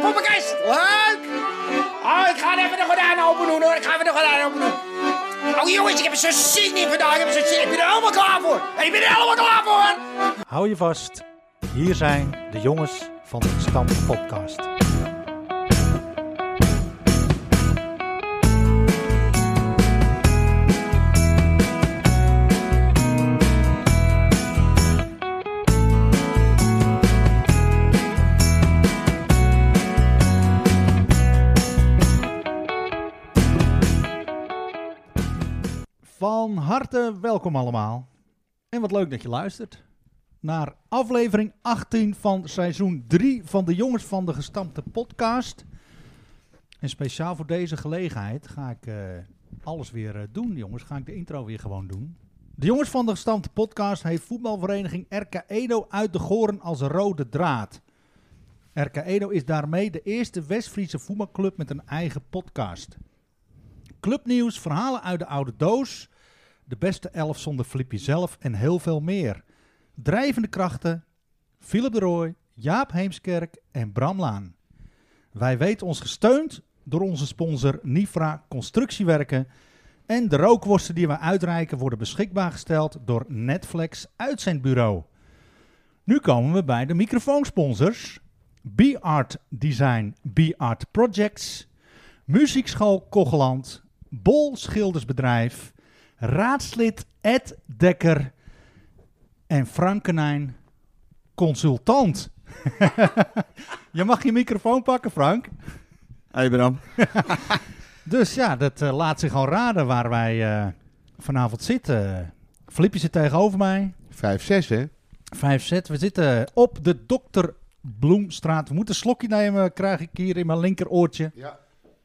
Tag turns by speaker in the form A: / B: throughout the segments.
A: poppenkast. Leuk. Oh, ik ga even de gordijnen open doen hoor. Oh jongens, ik heb er zo zin in vandaag. Ik ben er allemaal klaar voor.
B: Hou je vast. Hier zijn de jongens van de Stam Podcast. Van harte welkom allemaal. En wat leuk dat je luistert naar aflevering 18 van seizoen 3 van de Jongens van de Gestampte Podcast. En speciaal voor deze gelegenheid ga ik alles weer doen, jongens. Ga ik de intro weer gewoon doen. De Jongens van de Gestampte Podcast heeft voetbalvereniging RK Edo uit de Goren als rode draad. RK Edo is daarmee de eerste West-Friese voetbalclub met een eigen podcast. Clubnieuws, verhalen uit de oude doos, de beste 11 zonder Flippy zelf en heel veel meer. Drijvende krachten, Philip de Rooij, Jaap Heemskerk en Bram Laan. Wij weten ons gesteund door onze sponsor Nifra Constructiewerken. En de rookworsten die wij uitreiken worden beschikbaar gesteld door Netflix Uitzendbureau. Nu komen we bij de microfoonsponsors. B-Art Design, B-Art Projects, Muziekschool Kogeland, Bol Schildersbedrijf, raadslid Ed Dekker en Frankenijn Consultant. Je mag je microfoon pakken, Frank.
C: Hey Bram.
B: Dus ja, dat laat zich al raden waar wij vanavond zitten. Flippy zit tegenover mij.
C: 5-6 hè?
B: 5Z. We zitten op de Dr. Bloemstraat. We moeten een slokje nemen, krijg ik hier in mijn linkeroortje.
C: Ja.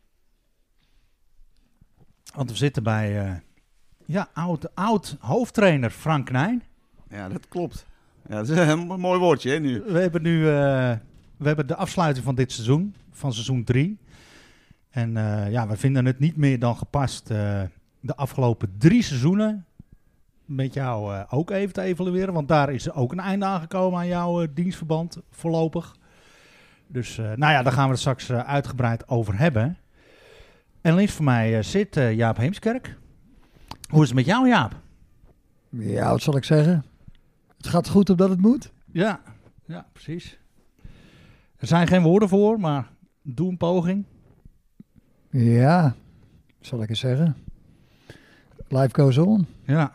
B: Want we zitten bij oud hoofdtrainer Frank Nijn.
C: Ja, dat klopt. Ja, dat is een mooi woordje hè, nu.
B: We hebben de afsluiting van dit seizoen, van seizoen 3. En we vinden het niet meer dan gepast de afgelopen 3 seizoenen met jou ook even te evalueren. Want daar is ook een einde aangekomen aan jouw dienstverband voorlopig. Dus daar gaan we het straks uitgebreid over hebben. En links van mij zit Jaap Heemskerk. Hoe is het met jou, Jaap?
D: Ja, wat zal ik zeggen? Het gaat goed omdat het moet.
B: Ja, precies. Er zijn geen woorden voor, maar doe een poging.
D: Ja, zal ik eens zeggen. Life goes on.
B: Ja.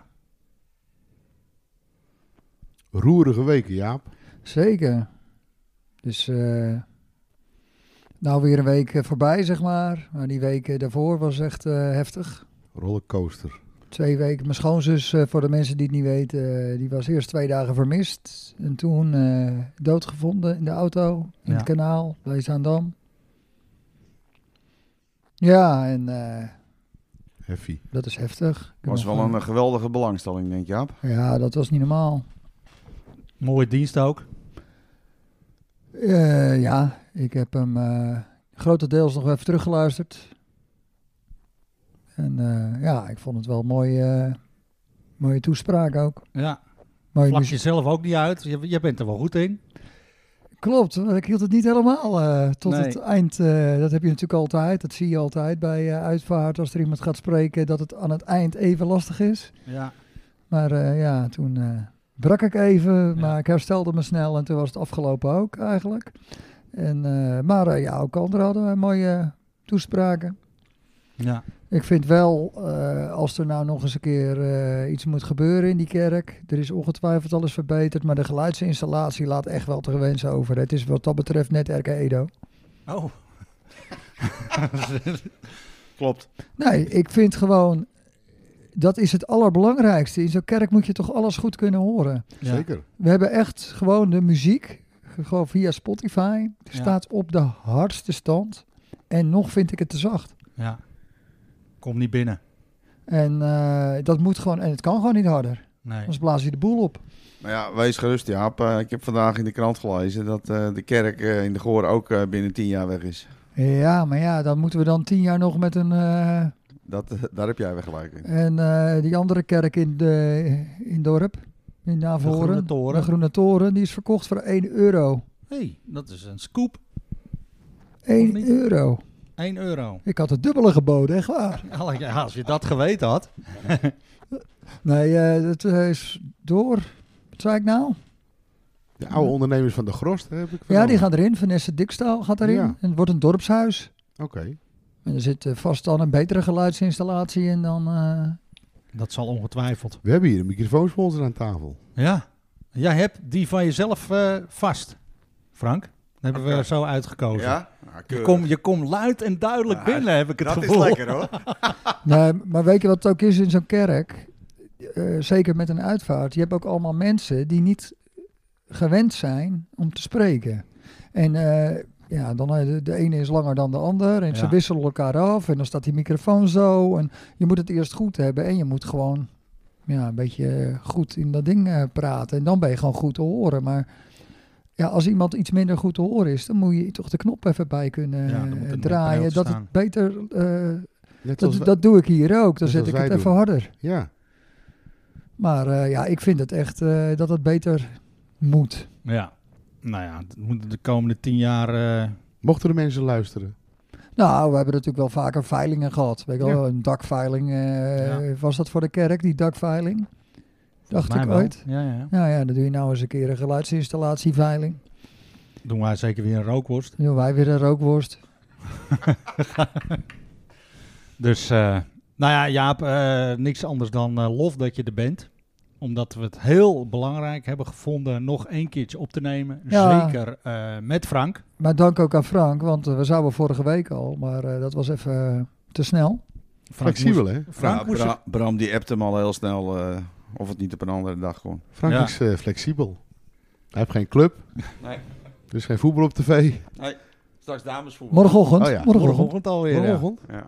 C: Roerige weken, Jaap.
D: Zeker. Dus nou weer een week voorbij, zeg maar. Maar die week daarvoor was echt heftig.
C: Rollercoaster.
D: 2 weken. Mijn schoonzus, voor de mensen die het niet weten, die was eerst 2 dagen vermist. En toen doodgevonden in de auto, in het kanaal, bij Zaandam. Ja, en
C: Heffie.
D: dat is heftig.
C: Was wel een geweldige belangstelling, denk ik, Jaap.
D: Ja, dat was niet normaal.
B: Mooie dienst ook.
D: Ja, ik heb hem grotendeels nog even teruggeluisterd. En ik vond het wel mooie toespraak ook.
B: Ja,
D: Mooie
B: vlak
D: muziek.
B: jezelf ook niet uit. Je bent er wel goed in.
D: Klopt, ik hield het niet helemaal tot
B: Nee.
D: het eind. Dat heb je natuurlijk altijd. Dat zie je altijd bij uitvaart. Als er iemand gaat spreken, dat het aan het eind even lastig is.
B: Ja.
D: Maar toen brak ik even,
B: Ja.
D: maar ik herstelde me snel. En toen was het afgelopen ook eigenlijk. En, ook anderen hadden mooie toespraken.
B: Ja.
D: Ik vind wel, als er nou nog eens een keer iets moet gebeuren in die kerk. Er is ongetwijfeld alles verbeterd, maar de geluidsinstallatie laat echt wel te wensen over. Het is wat dat betreft net RK Edo.
B: Oh.
C: Klopt.
D: Nee, ik vind gewoon, dat is het allerbelangrijkste. In zo'n kerk moet je toch alles goed kunnen horen.
B: Ja.
C: Zeker.
D: We hebben echt gewoon de muziek, gewoon via Spotify.
B: Ja.
D: Staat op de hardste stand. En nog vind ik het te zacht.
B: Ja. Kom niet binnen.
D: En dat moet gewoon, en het kan gewoon niet harder.
B: Nee.
D: Anders blaas je de boel op.
C: Maar ja, wees gerust, Jaap. Ik heb vandaag in de krant gelezen dat de kerk in de Goor ook binnen 10 jaar weg is.
D: Ja, maar ja, dan moeten we dan 10 jaar nog met een...
C: Daar heb jij weer gelijk in.
D: En die andere kerk in dorp, in Navoren,
B: Groene Toren.
D: de Groene Toren, die is verkocht voor €1.
B: Hey, dat is een scoop. niet?
D: €1.
B: 1 euro.
D: Ik had het dubbele geboden, echt waar.
B: Ja, als je dat geweten had.
D: Nee, het is door. Wat zei ik nou?
E: De oude ondernemers van de Grost heb ik
D: Ja,
E: vernomen.
D: die gaan erin. Vanessa Dikstaal gaat erin.
E: Ja.
D: En het wordt een dorpshuis.
E: Oké.
D: En er zit vast dan een betere geluidsinstallatie in dan...
B: Dat zal ongetwijfeld.
E: We hebben hier een microfoonsponsor aan tafel.
B: Ja. Jij hebt die van jezelf vast, Frank. Dat hebben we
C: Oké.
B: zo uitgekozen.
C: Ja? Nou,
B: Je komt luid en duidelijk
C: Ja,
B: binnen, heb ik het
C: dat
B: gevoel.
C: is lekker hoor.
D: Nee, maar weet je wat het ook is in zo'n kerk? Zeker met een uitvaart. Je hebt ook allemaal mensen die niet gewend zijn om te spreken. En dan de ene is langer dan de ander. En ze
B: Ja.
D: wisselen elkaar af. En dan staat die microfoon zo. En je moet het eerst goed hebben. En je moet gewoon een beetje goed in dat ding praten. En dan ben je gewoon goed te horen. Maar ja, als iemand iets minder goed te horen is, dan moet je toch de knop even bij kunnen
B: Ja, dan moet er een
D: draaien.
B: paneel
D: Dat
B: staan.
D: het beter...
E: Net als
D: dat doe ik hier ook. Dan
E: net
D: zet
E: als
D: ik
E: wij
D: het even
E: doen.
D: harder.
E: Ja.
D: Maar ik vind het echt dat het beter moet.
B: Ja. Nou ja, het moet de komende 10 jaar...
E: Mochten de mensen luisteren?
D: Nou, we hebben natuurlijk wel vaker veilingen gehad. Weet je wel,
E: Ja.
D: een dakveiling. Was dat voor de kerk, die dakveiling? Dacht
B: mij
D: ik
B: wel.
D: ooit.
B: Ja.
D: Ja, dan doe je nou eens een keer een geluidsinstallatieveiling.
B: Doen wij zeker weer een rookworst.
D: Dan doen wij weer een rookworst.
B: Dus, nou ja, Jaap, niks anders dan lof dat je er bent. Omdat we het heel belangrijk hebben gevonden nog 1 keertje op te nemen.
D: Ja.
B: Zeker met Frank.
D: Maar dank ook aan Frank, want we zouden vorige week al. Maar dat was even te snel.
B: Frank
E: Flexibel,
B: moest-
E: hè?
B: Frank
C: Ja,
B: moest...
C: Bram die appte hem al heel snel of het niet op een andere dag kon.
E: Frank
B: Ja.
E: is flexibel. Hij heeft geen club.
C: Nee.
E: Er is geen voetbal op tv.
C: Nee, straks damesvoetbal.
D: Morgenochtend.
E: Oh ja.
B: Morgenochtend alweer, ja.
E: Morgenochtend.
C: Ja.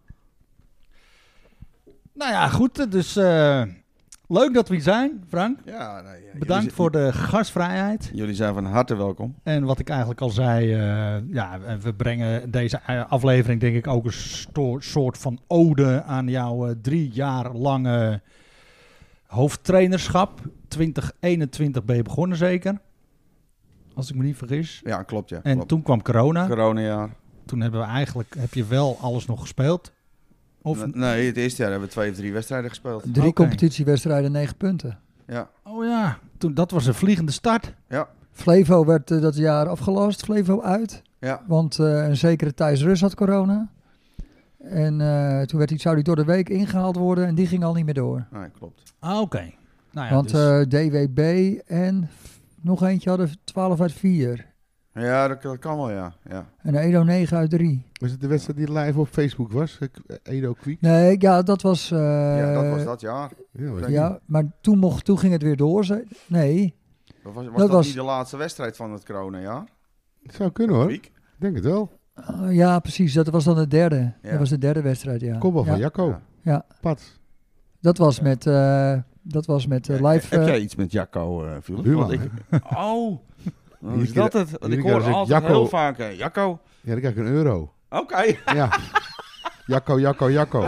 B: Nou ja, goed. Dus leuk dat we hier zijn, Frank.
C: Ja, nee,
B: Bedankt voor de gastvrijheid.
C: Jullie zijn van harte welkom.
B: En wat ik eigenlijk al zei, we brengen deze aflevering denk ik ook een soort van ode aan jouw 3 jaar lange hoofdtrainerschap. 2021 ben je begonnen zeker, als ik me niet vergis.
C: Ja, klopt ja.
B: En
C: klopt.
B: toen kwam corona.
C: Coronajaar.
B: Toen heb je wel alles nog gespeeld. Of,
C: Nee, het eerste jaar hebben we 2 of 3 wedstrijden gespeeld.
D: 3
B: Oké.
D: competitiewedstrijden, 9 punten.
C: Ja,
B: oh ja, dat was een vliegende start.
C: ja,
D: Flevo werd dat jaar afgelast. Flevo uit.
C: ja.
D: Want een zekere Thijs Rus had corona. En toen zou hij door de week ingehaald worden. En die ging al niet meer door.
C: Nee, klopt.
B: Ah, oké. Nou ja,
D: Want
B: dus,
D: DWB en nog eentje hadden 12 uit 4.
C: Ja, dat kan wel, ja. Ja,
D: En Edo 9 uit 3.
E: Was het de wedstrijd die live op Facebook was? Edo Kwiek?
D: Nee, ja, dat was...
C: ja dat was dat jaar.
E: Ja, was
D: Ja, maar toen ging het weer door. Nee.
C: Was
D: Dat
C: dat
D: was-
C: niet de laatste wedstrijd van het coronajaar?
E: Het zou kunnen hoor.
C: Week?
E: Ik denk het wel.
D: Ja, precies. Dat was dan de derde.
C: Ja.
D: Dat was de derde wedstrijd, ja.
E: Kopbal van
D: Ja.
E: Jacco.
C: Ja.
D: Ja.
E: Pat.
D: Dat was met live...
C: Heb jij iets met Jacco, Philip?
E: Buurman,
C: Want hoe
E: Iedere
C: is
E: keer-
C: dat het? Want
E: iedere
C: ik
E: keer
C: hoor
E: als ik
C: altijd
E: Jacco-
C: heel vaak Jacco.
E: Ja, dan krijg ik €1.
C: Oké.
E: Ja. Jacco.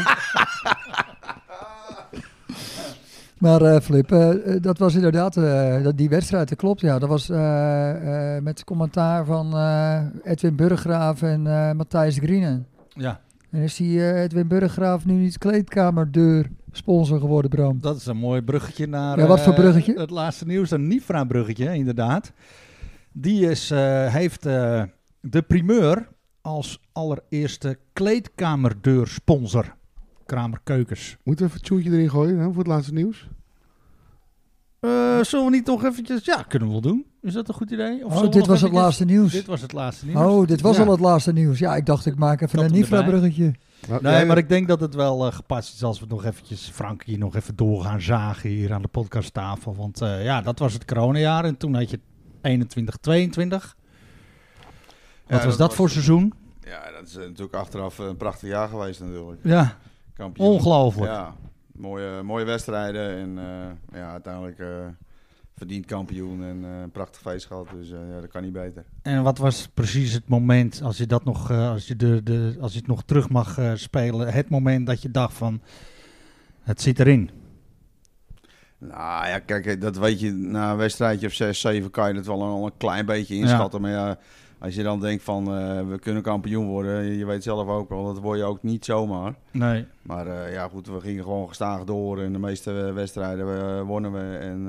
D: Maar Flip, dat was inderdaad, die wedstrijd, dat klopt. Ja, dat was met commentaar van Edwin Burggraaf en Matthijs Grienen.
B: ja,
D: En is die Edwin Burggraaf nu niet kleedkamerdeur sponsor geworden, Bram?
B: dat is een mooi bruggetje naar
D: Ja, wat voor bruggetje?
B: het laatste nieuws. Een Nifra-bruggetje, inderdaad. Die heeft de primeur als allereerste kleedkamerdeursponsor. Kramer Keukens.
E: Moeten we even het tjoentje erin gooien voor het laatste nieuws?
B: Zullen we niet toch eventjes... Ja, kunnen we wel doen. Is dat een goed idee? Of zullen we
D: Dit
B: nog
D: was het
B: eventjes-
D: laatste nieuws.
B: Dit was het laatste nieuws.
D: Oh, dit was
E: Ja.
D: al het laatste nieuws. Ja, ik dacht ik maak even
B: Dat
D: een
B: hem
D: Nifra-bruggetje.
E: Nou,
B: Nee,
E: jij-
B: maar ik denk dat het wel gepast is als we nog eventjes Frank hier nog even door gaan zagen hier aan de podcasttafel. Want ja, dat was het coronajaar en toen had je 21, 22. Wat was dat voor seizoen?
C: Ja, dat is natuurlijk achteraf een prachtig jaar geweest natuurlijk.
B: Ja,
C: Kampioen.
B: ongelooflijk.
C: Ja, mooie wedstrijden en ja, uiteindelijk verdiend kampioen en een prachtig feest gehad. Dus ja, dat kan niet beter.
B: En wat was precies het moment, als je dat nog, als je het nog terug mag spelen, het moment dat je dacht van, het zit erin.
C: Nou ja, kijk, dat weet je, na een wedstrijdje of 6, 7 kan je het wel al een klein beetje inschatten. Maar ja, Als je dan denkt van we kunnen kampioen worden, je weet zelf ook wel, dat word je ook niet zomaar.
B: Nee.
C: Maar ja goed, we gingen gewoon gestaag door en de meeste wedstrijden wonnen we. En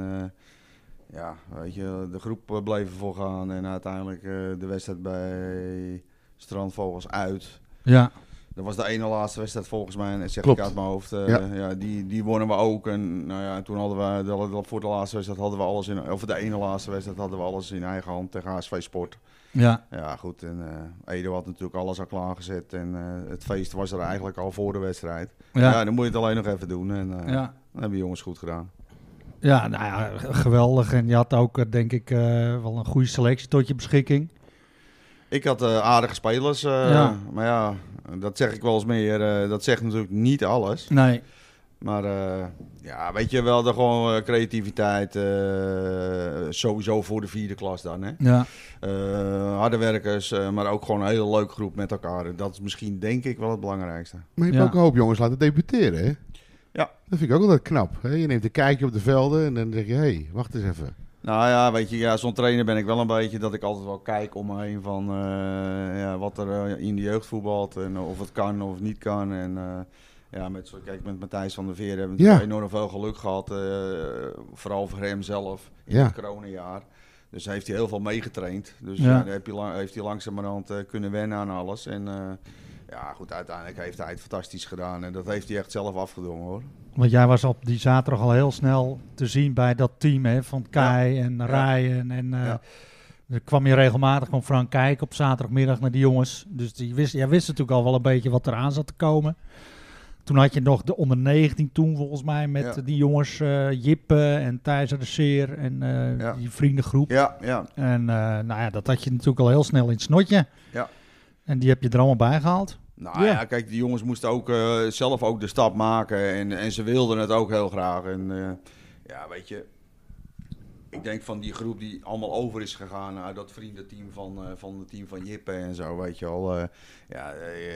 C: ja, weet je, de groep bleef ervoor gaan en uiteindelijk de wedstrijd bij Strandvogels uit.
B: Ja.
C: Dat was de ene laatste wedstrijd volgens mij, en zeg
E: Klopt.
C: ik uit mijn hoofd.
E: Ja.
C: Ja, die wonnen we ook. En nou ja, toen hadden we, voor de laatste wedstrijd hadden we alles in, of de ene laatste wedstrijd hadden we alles in eigen hand tegen HSV Sport.
B: Ja.
C: Ja goed, en Edo had natuurlijk alles al klaargezet en het feest was er eigenlijk al voor de wedstrijd. Ja, dan moet je het alleen nog even doen en
B: Ja.
C: dat hebben de jongens goed gedaan.
B: Ja, nou ja, geweldig. En je had ook, denk ik, wel een goede selectie tot je beschikking.
C: Ik had aardige spelers,
B: Ja.
C: maar ja, dat zeg ik wel eens meer. Dat zegt natuurlijk niet alles.
B: Nee.
C: Maar ja, weet je wel, gewoon creativiteit, sowieso voor de 4e klas dan. Hè?
B: Ja.
C: Harde werkers, maar ook gewoon een hele leuke groep met elkaar. En dat is misschien, denk ik, wel het belangrijkste.
E: Maar je hebt
B: Ja.
E: ook een hoop jongens laten debuteren, hè?
C: Ja.
E: Dat vind ik ook altijd knap. Hè? Je neemt een kijkje op de velden en dan zeg je, hé, wacht eens even.
C: Nou ja, weet je, ja, zo'n trainer ben ik wel een beetje dat ik altijd wel kijk om me heen van ja, wat er in de jeugd voetbalt en of het kan of niet kan. En ja, met Matthijs van der Veer hebben we
E: Ja.
C: enorm veel geluk gehad, vooral voor hem zelf in
E: Ja.
C: het coronajaar. Dus heeft hij heel veel meegetraind. Dus
B: Ja.
C: daar heeft hij langzamerhand kunnen wennen aan alles. En ja, goed, uiteindelijk heeft hij het fantastisch gedaan en dat heeft hij echt zelf afgedwongen hoor.
B: Want jij was op die zaterdag al heel snel te zien bij dat team, hè, van Kai en Ryan. En
C: Ja.
B: er kwam je regelmatig van Frank kijken op zaterdagmiddag naar die jongens. Dus jij wist natuurlijk al wel een beetje wat eraan zat te komen. Toen had je nog de onder 19 toen volgens mij met
C: Ja.
B: die jongens Jippe en Thijs de Seer en
C: Ja.
B: die vriendengroep.
C: Ja, ja.
B: En nou ja, dat had je natuurlijk al heel snel in het snotje.
C: Ja.
B: En die heb je er allemaal bij gehaald.
C: Nou
B: Ja.
C: ja, kijk, die jongens moesten ook zelf ook de stap maken en ze wilden het ook heel graag. En ja, weet je, ik denk van die groep die allemaal over is gegaan uit dat vriendenteam van het team van Jippe en zo, weet je wel. Ja,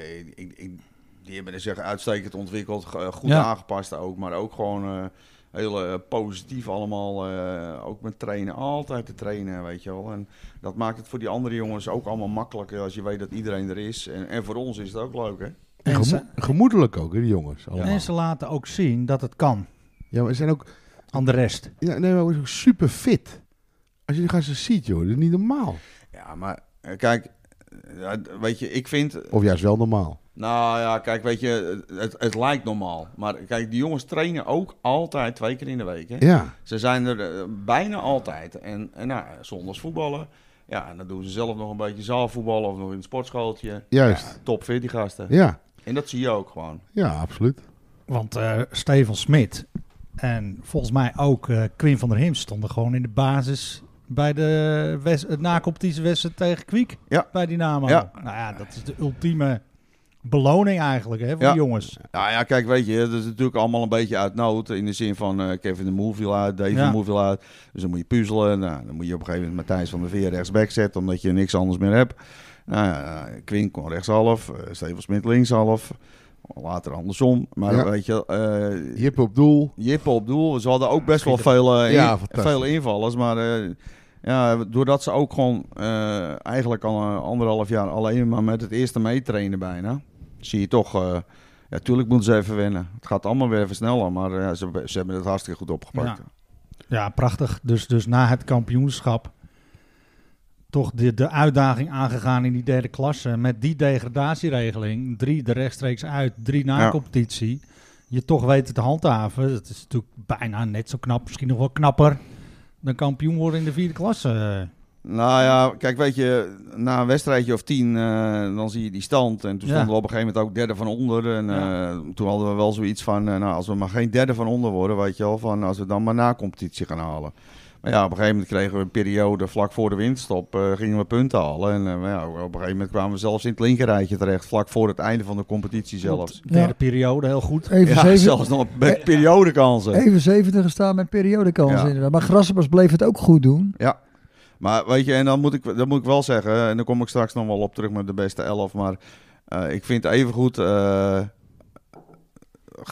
C: die hebben zich uitstekend ontwikkeld, goed
B: Ja.
C: aangepast ook, maar ook gewoon heel positief allemaal, ook met trainen, altijd te trainen, weet je wel. En dat maakt het voor die andere jongens ook allemaal makkelijker als je weet dat iedereen er is. En voor ons is het ook leuk, hè?
E: En
B: En ze,
E: gemoedelijk ook, hè, die jongens. Allemaal.
B: en ze laten ook zien dat het kan
E: Ja, maar ze zijn ook,
B: aan de rest.
E: ja, nee, maar ook super fit. Als je die gasten ziet, joh, dat is niet normaal.
C: Ja, maar kijk, weet je, ik vind...
E: Of juist wel normaal.
C: Nou ja, kijk, weet je, het lijkt normaal. Maar kijk, die jongens trainen ook altijd 2 keer in de week, hè?
E: Ja,
C: Ze zijn er bijna altijd. En nou, zondags voetballen. Ja, en dan doen ze zelf nog een beetje zaalvoetballen of nog in het sportschooltje.
E: juist.
C: Ja, topfit die gasten.
E: Ja,
C: En dat zie je ook gewoon.
E: ja, absoluut.
B: Want Steven Smit en volgens mij ook Quinn van der Him stonden gewoon in de basis bij de na-competitiewedstrijd tegen Kwiek.
C: Ja.
B: Bij Dynamo.
C: Ja.
B: Nou ja, dat is de ultieme beloning eigenlijk, hè, voor
C: Ja.
B: de jongens.
C: Nou ja, kijk, weet je, dat is natuurlijk allemaal een beetje uit nood. In de zin van Kevin de Moe viel uit, Dave
B: Ja.
C: de Moe viel uit. Dus dan moet je puzzelen. Nou, dan moet je op een gegeven moment Matthijs van der Veer rechtsback zetten, omdat je niks anders meer hebt. Nou ja, Quinn kon rechtshalf, Steven Smit linkshalf. Later andersom. Maar
E: Ja.
C: weet je,
E: Jippe op doel.
C: Jippe op doel. Ze hadden ook best wel veel,
E: Ja, fantastisch.
C: veel invallers. Maar ja, doordat ze ook gewoon eigenlijk al 1,5 jaar alleen maar met het eerste meetrainen bijna, zie je toch, ja, tuurlijk moeten ze even wennen. Het gaat allemaal weer even sneller, maar ja, ze hebben het hartstikke goed opgepakt.
B: Ja. Ja, prachtig. Dus na het kampioenschap toch de uitdaging aangegaan in die derde klasse. Met die degradatieregeling. 3 er rechtstreeks uit, 3 na
C: Ja.
B: competitie. Je toch weten te handhaven. Dat is natuurlijk bijna net zo knap. Misschien nog wel knapper dan kampioen worden in de 4e klasse.
C: Nou ja, kijk, weet je, na een wedstrijdje of 10, dan zie je die stand. En toen
B: Ja.
C: stonden we op een gegeven moment ook derde van onder. En toen hadden we wel zoiets van, nou, als we maar geen derde van onder worden, weet je wel, van als we dan maar na competitie gaan halen. Maar ja, op een gegeven moment kregen we een periode vlak voor de winterstop, gingen we punten halen. En ja, op een gegeven moment kwamen we zelfs in het linkerrijtje terecht, vlak voor het einde van de competitie zelfs.
B: Derde
D: Ja.
B: periode, heel goed.
D: Even,
C: Ja, zelfs nog met periodekansen.
D: even 70 gestaan met periodekansen
C: Ja.
D: inderdaad. Maar Grasshoppers bleef het ook goed doen.
C: Ja, maar weet je, en dan moet ik wel zeggen, en dan kom ik straks nog wel op terug met de beste 11, maar ik vind evengoed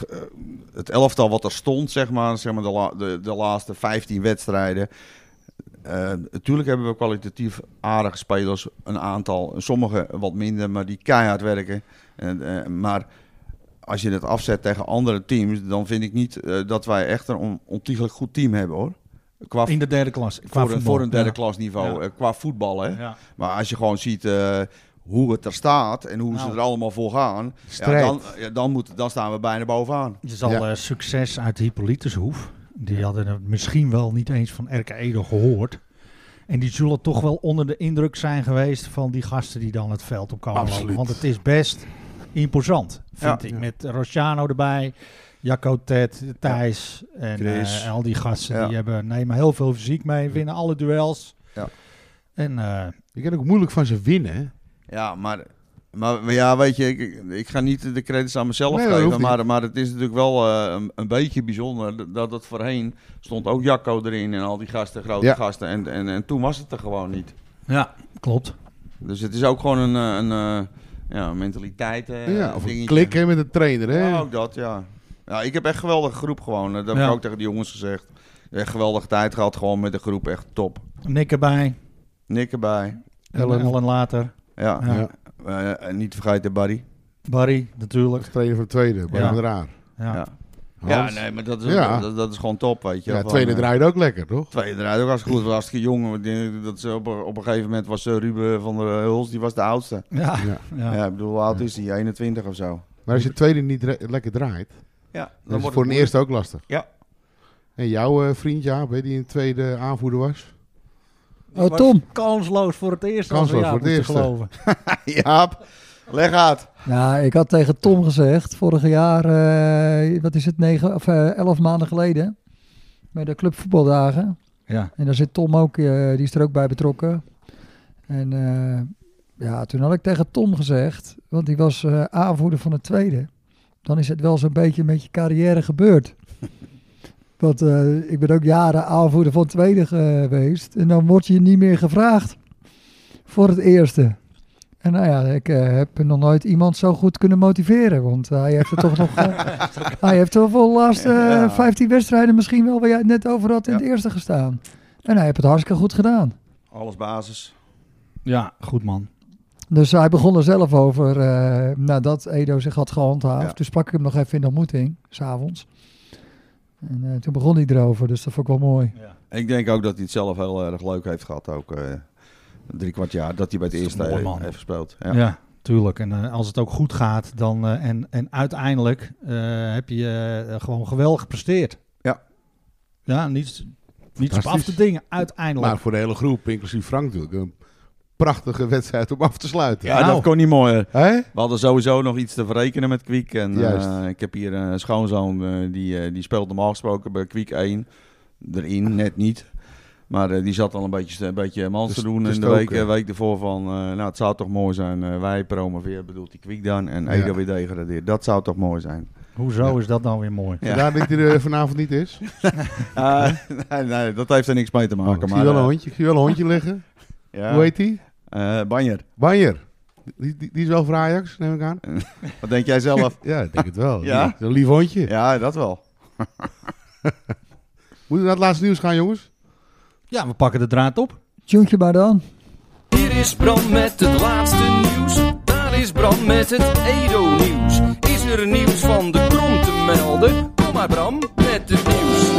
C: het elftal wat er stond, zeg maar de laatste 15 wedstrijden, Natuurlijk hebben we kwalitatief aardige spelers, een aantal. Sommigen wat minder, maar die keihard werken. Maar als je het afzet tegen andere teams, dan vind ik niet dat wij echt een ontiegelijk goed team hebben, hoor.
B: In de derde klas.
C: Voor een derde klas niveau, qua voetbal. Hè? Ja. Maar als je gewoon ziet hoe het er staat en hoe ze er allemaal voor gaan, dan staan we bijna bovenaan.
B: Je zal succes uit Hippolytushoef. Die hadden het misschien wel niet eens van Erke Edo gehoord. En die zullen toch wel onder de indruk zijn geweest van die gasten die dan het veld op komen lopen. Want het is best imposant, vind ik. Met Rociano erbij, Jacco Ted, Thijs en al die gasten. Die nemen heel veel fysiek mee, winnen alle duels. Ja. En,
E: je kan ook moeilijk van ze winnen, hè?
C: Ja, maar ja, weet je, ik ga niet de credits aan mezelf geven, maar het is natuurlijk wel een beetje bijzonder dat het voorheen stond ook Jacco erin en al die gasten, grote gasten. En toen was het er gewoon niet.
B: Ja, klopt.
C: Dus het is ook gewoon een mentaliteit.
E: Of een klik met de trainer, hè?
C: Ja, ook dat, ja. Ja, ik heb echt een geweldige groep gewoon. Dat heb ik ook tegen de jongens gezegd. Echt geweldige tijd gehad, gewoon met de groep, echt top.
B: Nick erbij. Ellen later.
C: Ja. Niet vergeten
B: Barry, natuurlijk.
E: Trainer van de tweede, Barry van Raar.
C: Ja, nee, maar dat is gewoon top, weet je.
E: Ja, tweede draait ook lekker, toch?
C: Tweede draait ook hartstikke goed. Was hartstikke jong. Dat is op een gegeven moment was Ruben van der Huls, die was de oudste. Ja, ik bedoel, hoe oud is hij? 21 of zo.
E: Maar als je tweede niet lekker draait, dan is het voor een eerste ook lastig.
C: Ja.
E: En jouw vriend Jaap, die in de tweede aanvoerder was?
D: Oh, Tom.
B: Kansloos voor het eerst. Kansloos voor het eerst. Geloven.
C: Jaap, leg uit.
D: Nou, ik had tegen Tom gezegd, vorig jaar, 11 maanden geleden, bij de clubvoetbaldagen. Ja. En daar zit Tom ook, die is er ook bij betrokken. En toen had ik tegen Tom gezegd, want die was aanvoerder van het tweede. Dan is het wel zo'n beetje met je carrière gebeurd. Want ik ben ook jaren aanvoerder van het tweede geweest. En dan word je niet meer gevraagd voor het eerste. En nou ja, ik heb nog nooit iemand zo goed kunnen motiveren. Want hij heeft er toch nog... hij heeft toch voor de laatste 15 wedstrijden misschien wel, waar jij het net over had, in het eerste gestaan. En hij heeft het hartstikke goed gedaan.
C: Alles basis.
B: Ja, goed man.
D: Dus hij begon er zelf over, nadat Edo zich had gehandhaafd. Ja. Toen sprak ik hem nog even in de ontmoeting, 's avonds. En toen begon hij erover, dus dat vond ik wel mooi.
C: Ja. Ik denk ook dat hij het zelf heel erg leuk heeft gehad, ook 3/4 jaar, dat hij bij het eerste heeft gespeeld.
B: Ja, tuurlijk. En als het ook goed gaat, dan en uiteindelijk heb je gewoon geweldig gepresteerd.
C: Ja.
B: Ja, niets op af te dingen, uiteindelijk.
E: Maar voor de hele groep, inclusief Frank natuurlijk, een prachtige wedstrijd om af te sluiten.
C: Ja, dat kon niet mooier. We hadden sowieso nog iets te verrekenen met Kwiek. En ik heb hier een schoonzoon, die speelt normaal gesproken bij Kwiek 1. Erin, net niet. Maar die zat al een beetje mans te doen in de week ervoor van... het zou toch mooi zijn, wij promoveren, bedoelt die Kwiek dan. En Edo weer degradeert. Dat zou toch mooi zijn.
B: Hoezo is dat nou weer mooi?
E: Ja. Daar dat hij er vanavond niet is?
C: Nee, dat heeft er niks mee te maken.
E: Ik zie wel een hondje liggen.
C: Ja.
E: Hoe heet die?
C: Banjer.
E: Die is wel voor Ajax, neem ik aan.
C: Wat denk jij zelf?
E: Ja, ik denk het wel.
C: Ja?
E: Zo'n lief hondje.
C: Ja, dat wel.
E: Moeten we naar het laatste nieuws gaan, jongens?
B: Ja, we pakken de draad op.
D: Tjoentje maar dan.
F: Hier is Bram met het laatste nieuws. Daar is Bram met het Edo-nieuws. Is er nieuws van de Krom te melden? Kom maar Bram met het nieuws.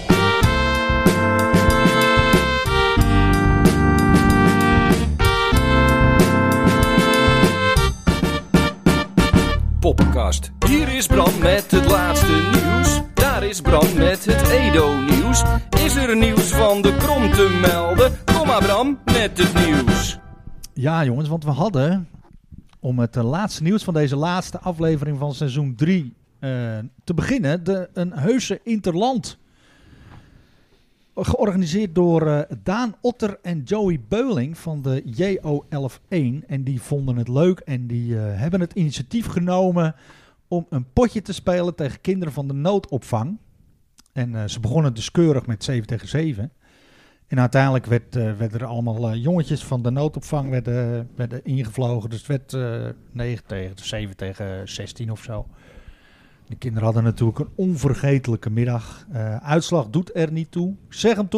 F: Poppenkast. Hier is Bram met het laatste nieuws. Daar is Bram met het Edo-nieuws. Is er nieuws van de Krom te melden? Kom maar Bram met het nieuws.
B: Ja jongens, want we hadden, om het laatste nieuws van deze laatste aflevering van seizoen 3 te beginnen, een heuse interland. Georganiseerd door Daan Otter en Joey Beuling van de JO11-1. En die vonden het leuk en die hebben het initiatief genomen om een potje te spelen tegen kinderen van de noodopvang. En ze begonnen dus keurig met 7-7. En uiteindelijk werden er allemaal jongetjes van de noodopvang werden ingevlogen. Dus het werd 7-16 of zo. De kinderen hadden natuurlijk een onvergetelijke middag. Uitslag doet er niet toe. Zeg hem toch.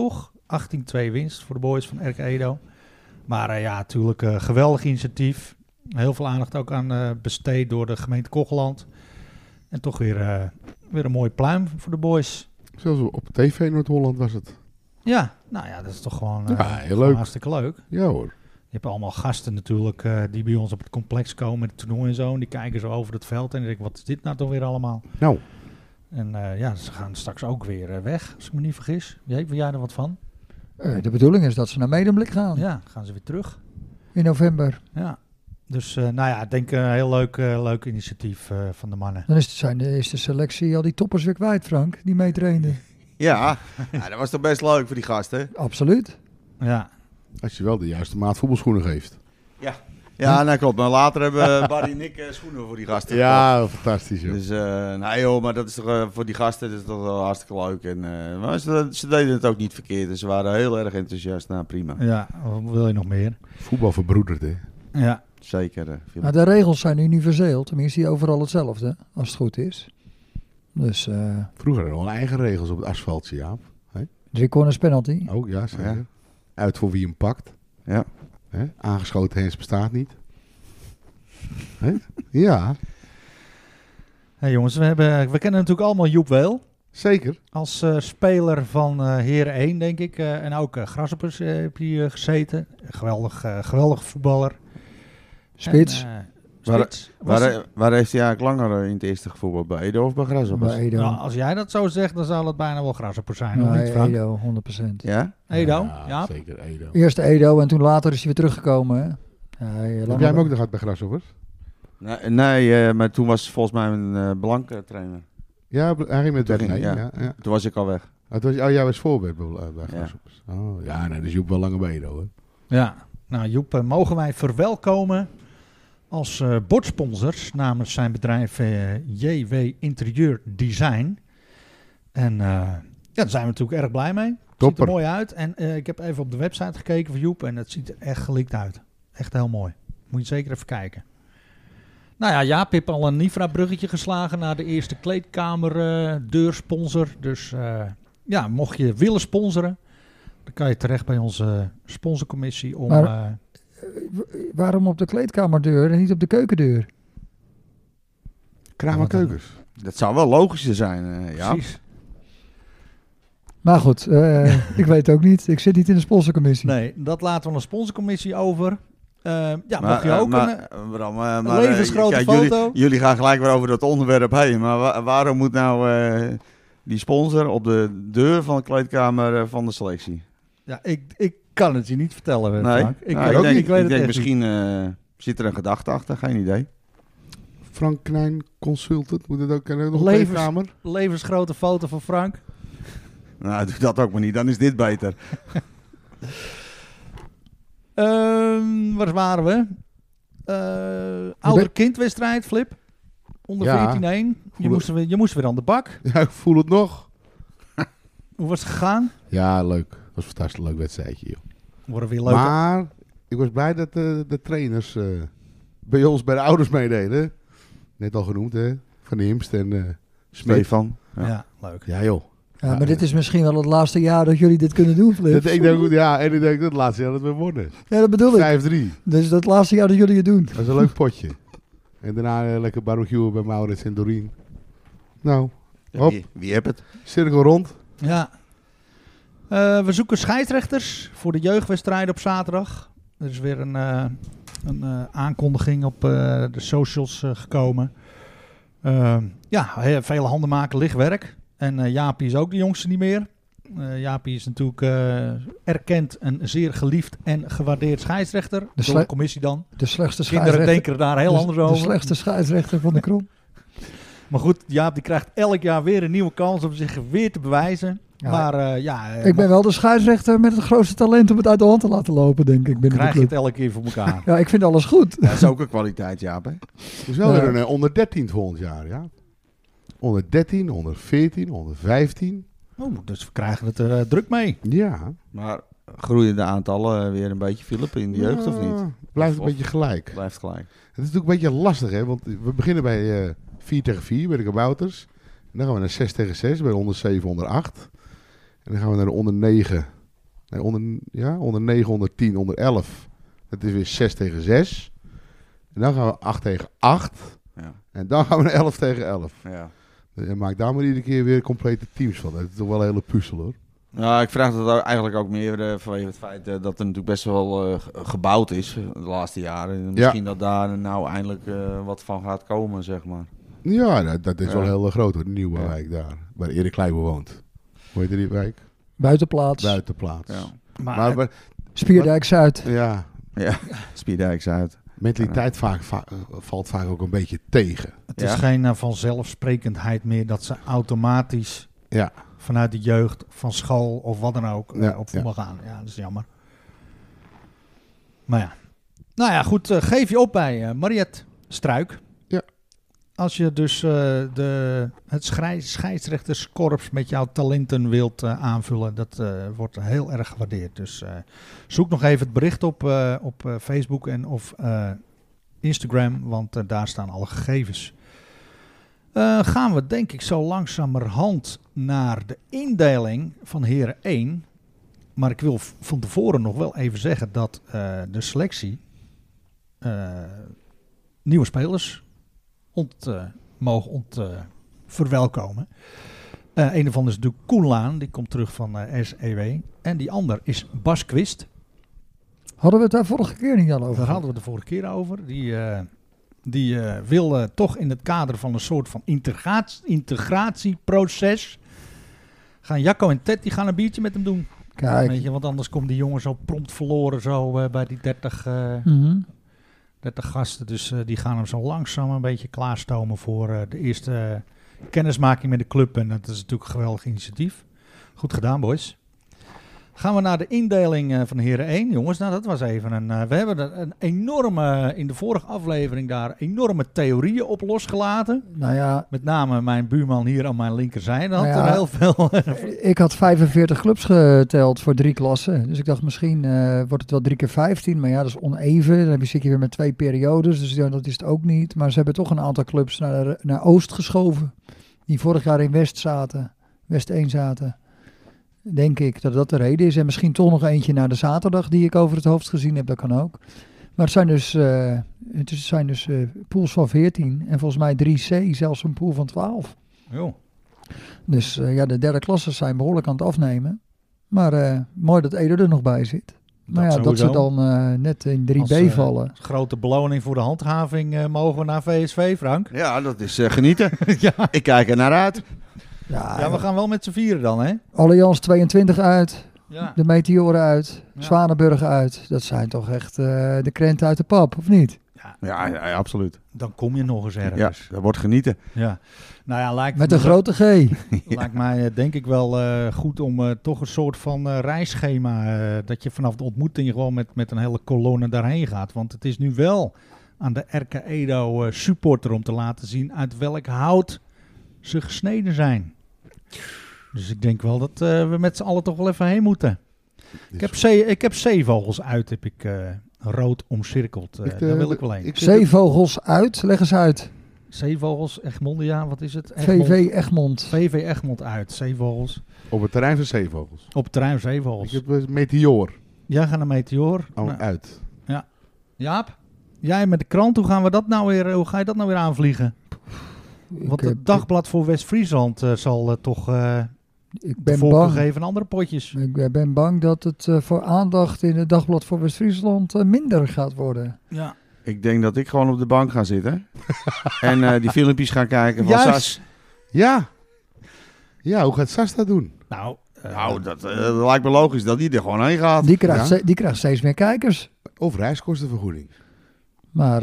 B: 18-2 winst voor de boys van RK Edo. Maar ja, natuurlijk geweldig initiatief. Heel veel aandacht ook aan besteed door de gemeente Kogeland. En toch weer een mooie pluim voor de boys.
E: Zoals op TV Noord-Holland was het.
B: Ja, nou ja, dat is toch gewoon,
E: Ja, heel
B: gewoon
E: leuk.
B: hartstikke leuk.
E: Ja hoor.
B: Je hebt allemaal gasten natuurlijk die bij ons op het complex komen met het toernooi en zo. En die kijken zo over het veld en denken, wat is dit nou toch weer allemaal?
E: Nou,
B: En ja, ze gaan straks ook weer weg, als ik me niet vergis. Weet jij er wat van?
D: De bedoeling is dat ze naar Medemblik gaan
B: Ja, gaan ze weer terug.
D: in november.
B: Ja. Dus nou ja, ik denk een heel leuk initiatief van de mannen.
D: Dan is de selectie al die toppers weer kwijt, Frank, die meetrainden.
C: Ja, dat was toch best leuk voor die gasten.
D: Absoluut.
B: Ja,
E: als je wel de juiste maat voetbalschoenen geeft.
C: Ja, nou klopt. Maar later hebben Barry en ik schoenen voor die gasten gekocht.
E: Ja, fantastisch joh.
C: Dus, nou joh, maar dat is toch voor die gasten dat is toch wel hartstikke leuk. En, maar ze deden het ook niet verkeerd. Dus ze waren heel erg enthousiast. Nou, prima.
B: ja, wat wil je nog meer?
E: Voetbal verbroederd, hè.
B: Ja,
C: Zeker. Philip.
D: Nou, de regels zijn universeel, tenminste die overal hetzelfde, als het goed is. Dus
E: Vroeger hadden we al eigen regels op het asfaltje, Jaap.
D: 3 corners penalty.
E: Oh, ja, zeker.
C: Ja.
E: Uit voor wie hem pakt.
C: Ja.
E: Hè? Aangeschoten hens bestaat niet. Hè? Ja,
B: hey jongens, we kennen natuurlijk allemaal Joep Weel.
E: zeker.
B: Als speler van Heren 1, denk ik. En ook Grasshoppers heb je gezeten. Geweldig voetballer.
D: Spits.
B: En,
C: Waar-
B: spits.
C: Waar heeft hij eigenlijk langer in het eerste gevoetbal? Bij Edo of bij Grasshoppers?
D: Bij Edo.
B: Nou, als jij dat zo zegt, dan zal het bijna wel Grasshoppers zijn. of
D: Nee,
B: niet, Frank?
D: Edo, 100%.
C: Ja?
B: Edo,
E: Ja,
B: ja.
E: zeker Edo.
D: Eerst Edo en toen later is hij weer teruggekomen. Hè? Ja,
E: Heb jij hem ook nog gehad bij Grasshoppers?
C: Nee, maar toen was volgens mij een blanke trainer.
E: Ja, hij ging met
C: Toen
E: Bert
C: ging-
E: mee.
C: ja.
E: Ja.
C: Toen was ik al weg.
E: Jij was voorbeeld bij Grasshoppers. Oh, ja, nee, dus Joep wel langer bij Edo, hoor.
B: Ja, nou Joep, mogen wij verwelkomen als bordsponsors namens zijn bedrijf JW Interieur Design. En ja, daar zijn we natuurlijk erg blij mee. Ziet
E: Topper.
B: er mooi uit. En ik heb even op de website gekeken van Joep en het ziet er echt gelikt uit. Echt heel mooi. Moet je zeker even kijken. Nou ja, Jaap heeft al een Nifra-bruggetje geslagen naar de eerste kleedkamer deursponsor. Dus ja, mocht je willen sponsoren, dan kan je terecht bij onze sponsorcommissie om...
D: Maar- Waarom op de kleedkamerdeur en niet op de keukendeur?
E: Kramer Keukens.
C: Dat zou wel logischer zijn, ja.
B: Precies.
D: Maar goed, ik weet het ook niet. Ik zit niet in de sponsorcommissie.
B: Nee, dat laten we een sponsorcommissie over. Ja,
C: Maar,
B: mocht je ook
C: Bram,
B: levensgrote
C: kijk,
B: foto?
C: Jullie gaan gelijk weer over dat onderwerp heen. Maar waarom moet nou die sponsor op de deur van de kleedkamer van de selectie?
B: Ja, ik kan het je niet vertellen,
C: Nee,
B: Frank. Ik
C: Nou,
B: weet,
C: denk,
B: ik weet het
C: denk
B: echt
C: misschien zit er een gedachte achter, geen idee.
E: Frank Knijn Consultant. Moet het ook nog een
B: Levens-
E: kleedkamer?
B: niet. Levensgrote foto van Frank.
C: Nou, doe dat ook maar niet, dan is dit beter.
B: Waar waren we? Ouder-kindwedstrijd, Flip. Onder
E: Ja.
B: 14-1. Je moest weer aan de bak.
E: Ja, ik voel het nog.
B: Hoe was het gegaan?
E: Ja, leuk. Dat was een fantastisch leuk wedstrijdje, joh.
B: Worden weer leuk.
E: Maar ik was blij dat de trainers bij ons, bij de ouders meededen. Net al genoemd, hè. Van Imst en Smeet.
C: Stefan.
B: Ja, leuk.
E: Ja, joh.
D: Ja, maar dit is misschien wel het laatste jaar dat jullie dit kunnen doen, Flip.
E: Ik denk, ja, en ik denk dat het laatste jaar dat we wonnen. 5-3.
D: Ja, dat bedoel ik. Dus dat is het laatste jaar dat jullie het doen.
E: Dat was een leuk potje. En daarna lekker barbecue bij Maurits en Doreen. Nou, Hop.
C: Wie hebt het?
E: cirkel rond.
B: Ja. We zoeken scheidsrechters voor de jeugdwedstrijden op zaterdag. Er is weer een aankondiging op de socials gekomen. Ja, vele handen maken licht werk. En Jaapie is ook de jongste niet meer. Jaapie is natuurlijk erkend een zeer geliefd en gewaardeerd scheidsrechter. Door de commissie dan.
D: De slechtste
B: Kinderen
D: scheidsrechter.
B: denken er daar heel anders
D: De
B: over.
D: slechtste scheidsrechter van de Krom.
B: Maar goed, Jaap die krijgt elk jaar weer een nieuwe kans om zich weer te bewijzen.
D: Ja,
B: Maar
D: ik ben wel de scheidsrechter met het grootste talent om het uit de hand te laten lopen, denk ik. Binnen de
B: krijg je
D: club.
B: het elke keer voor elkaar.
D: Ja, ik vind alles goed.
C: Dat is ook een kwaliteit, Jaap, hè?
E: Er is wel
D: Ja.
E: weer een onder 13 volgend jaar, ja. Onder 13, onder 14, onder 15.
B: Dus we krijgen het er druk mee.
E: Ja.
C: Maar groeien de aantallen weer een beetje, Philip, in de jeugd of niet?
E: Blijft een
C: Of-
E: beetje gelijk.
C: Blijft gelijk.
E: Het is natuurlijk een beetje lastig, hè. Want we beginnen bij 4 tegen 4 bij de kabouters. En dan gaan we naar 6 tegen 6 bij de onder 7, onder 8. En dan gaan we naar de onder 9 Nee, onder 9, onder 10, onder 11. Dat is weer 6 tegen 6. En dan gaan we 8 tegen 8.
C: Ja.
E: En dan gaan we naar 11 tegen 11.
C: Ja.
E: En maak daar maar iedere keer weer complete teams van. Dat is toch wel een hele puzzel hoor.
C: Nou, ik vraag dat eigenlijk ook meer vanwege het feit dat er natuurlijk best wel gebouwd is de laatste jaren. En misschien dat daar nou eindelijk wat van gaat komen, zeg maar.
E: Ja, dat is wel heel groot hoor, de nieuwe wijk daar. Waar Erik Kleiber woont. Hoe heet die wijk?
D: Buitenplaats.
E: Buitenplaats.
C: Ja.
E: Maar
D: Spierdijk Zuid.
E: ja,
C: Spierdijk Zuid.
E: mentaliteit valt vaak ook een beetje tegen.
B: Het is geen vanzelfsprekendheid meer dat ze automatisch vanuit de jeugd, van school of wat dan ook op voetbal gaan. Ja, dat is jammer. Maar ja. Nou ja, goed. Geef je op bij Mariette Struik.
E: Ja.
B: Als je dus het scheidsrechterskorps met jouw talenten wilt aanvullen, dat wordt heel erg gewaardeerd. Dus zoek nog even het bericht op Facebook en of Instagram, want daar staan alle gegevens. Gaan we denk ik zo langzamerhand naar de indeling van Heren 1. Maar ik wil van tevoren nog wel even zeggen dat de selectie nieuwe spelers mogen verwelkomen. Een daarvan is natuurlijk Koenlaan, die komt terug van SEW. En die ander is Bas Quist.
D: Hadden we het daar vorige keer niet al over?
B: Daar hadden we het de vorige keer over. Die wil toch in het kader van een soort van integratieproces gaan Jacco en Ted, die gaan een biertje met hem doen.
D: Kijk.
B: Weet je, want anders komt die jongen zo prompt verloren zo bij die 30 gasten. Dus die gaan hem zo langzaam een beetje klaarstomen voor de eerste kennismaking met de club. En dat is natuurlijk een geweldig initiatief. Goed gedaan, boys. Gaan we naar de indeling van Heren 1. Jongens, nou dat was even we hebben een enorme, in de vorige aflevering daar enorme theorieën op losgelaten.
D: Nou ja.
B: Met name mijn buurman hier aan mijn linkerzijde had er heel veel.
D: Ik had 45 clubs geteld voor 3 klassen. Dus ik dacht misschien wordt het wel 3 keer 15. Maar ja, dat is oneven. Dan zit je weer met 2 periodes. Dus dat is het ook niet. Maar ze hebben toch een aantal clubs naar Oost geschoven. Die vorig jaar in West zaten. West 1 zaten. Denk ik dat dat de reden is. En misschien toch nog eentje naar de zaterdag die ik over het hoofd gezien heb. Dat kan ook. Maar het zijn dus pools van 14. En volgens mij 3C, zelfs een pool van 12.
B: Jo.
D: Dus de derde klassen zijn behoorlijk aan het afnemen. Maar mooi dat Ede er nog bij zit. Maar ja, dat ze dan net in 3B vallen.
B: Grote beloning voor de handhaving mogen we naar VSV, Frank.
C: Ja, dat is genieten.
B: Ja.
C: Ik kijk er naar uit.
B: Ja, we gaan wel met z'n vieren dan, hè?
D: Allianz 22 uit.
B: Ja.
D: De Meteoren uit.
B: Ja.
D: Zwanenburg uit. Dat zijn toch echt de krenten uit de pap, of niet?
C: Ja, absoluut.
B: Dan kom je nog eens ergens.
C: Ja, dat wordt genieten.
B: Ja. Nou ja,
D: met een grote G.
B: Lijkt mij denk ik wel goed om toch een soort van reisschema, dat je vanaf de ontmoeting gewoon met een hele kolonne daarheen gaat. Want het is nu wel aan de RK Edo supporter om te laten zien uit welk hout ze gesneden zijn. Dus ik denk wel dat we met z'n allen toch wel even heen moeten. Ik heb zeevogels uit, heb ik rood omcirkeld. Daar wil ik wel heen.
D: Zeevogels uit, leg eens uit.
B: Zeevogels, Egmondia, wat is het?
D: VV Egmond.
B: VV Egmond uit, zeevogels.
E: Op het terrein van zeevogels.
B: Op het terrein van zeevogels.
E: Ik heb Meteor.
B: Jij gaat naar Meteor.
E: Uit.
B: Ja. Jaap, jij met de krant, hoe ga je dat nou weer aanvliegen? Want het dagblad voor West-Friesland zal toch
D: ik ben bang
B: geven aan andere potjes.
D: Ik ben bang dat het voor aandacht in het dagblad voor West-Friesland minder gaat worden.
B: Ja.
C: Ik denk dat ik gewoon op de bank ga zitten. En die filmpjes gaan kijken van Sas.
E: Ja. Ja, hoe gaat Sas dat doen?
C: Nou, dat lijkt me logisch dat die er gewoon heen gaat.
D: Die krijgt steeds meer kijkers.
E: Of reiskostenvergoeding.
D: Maar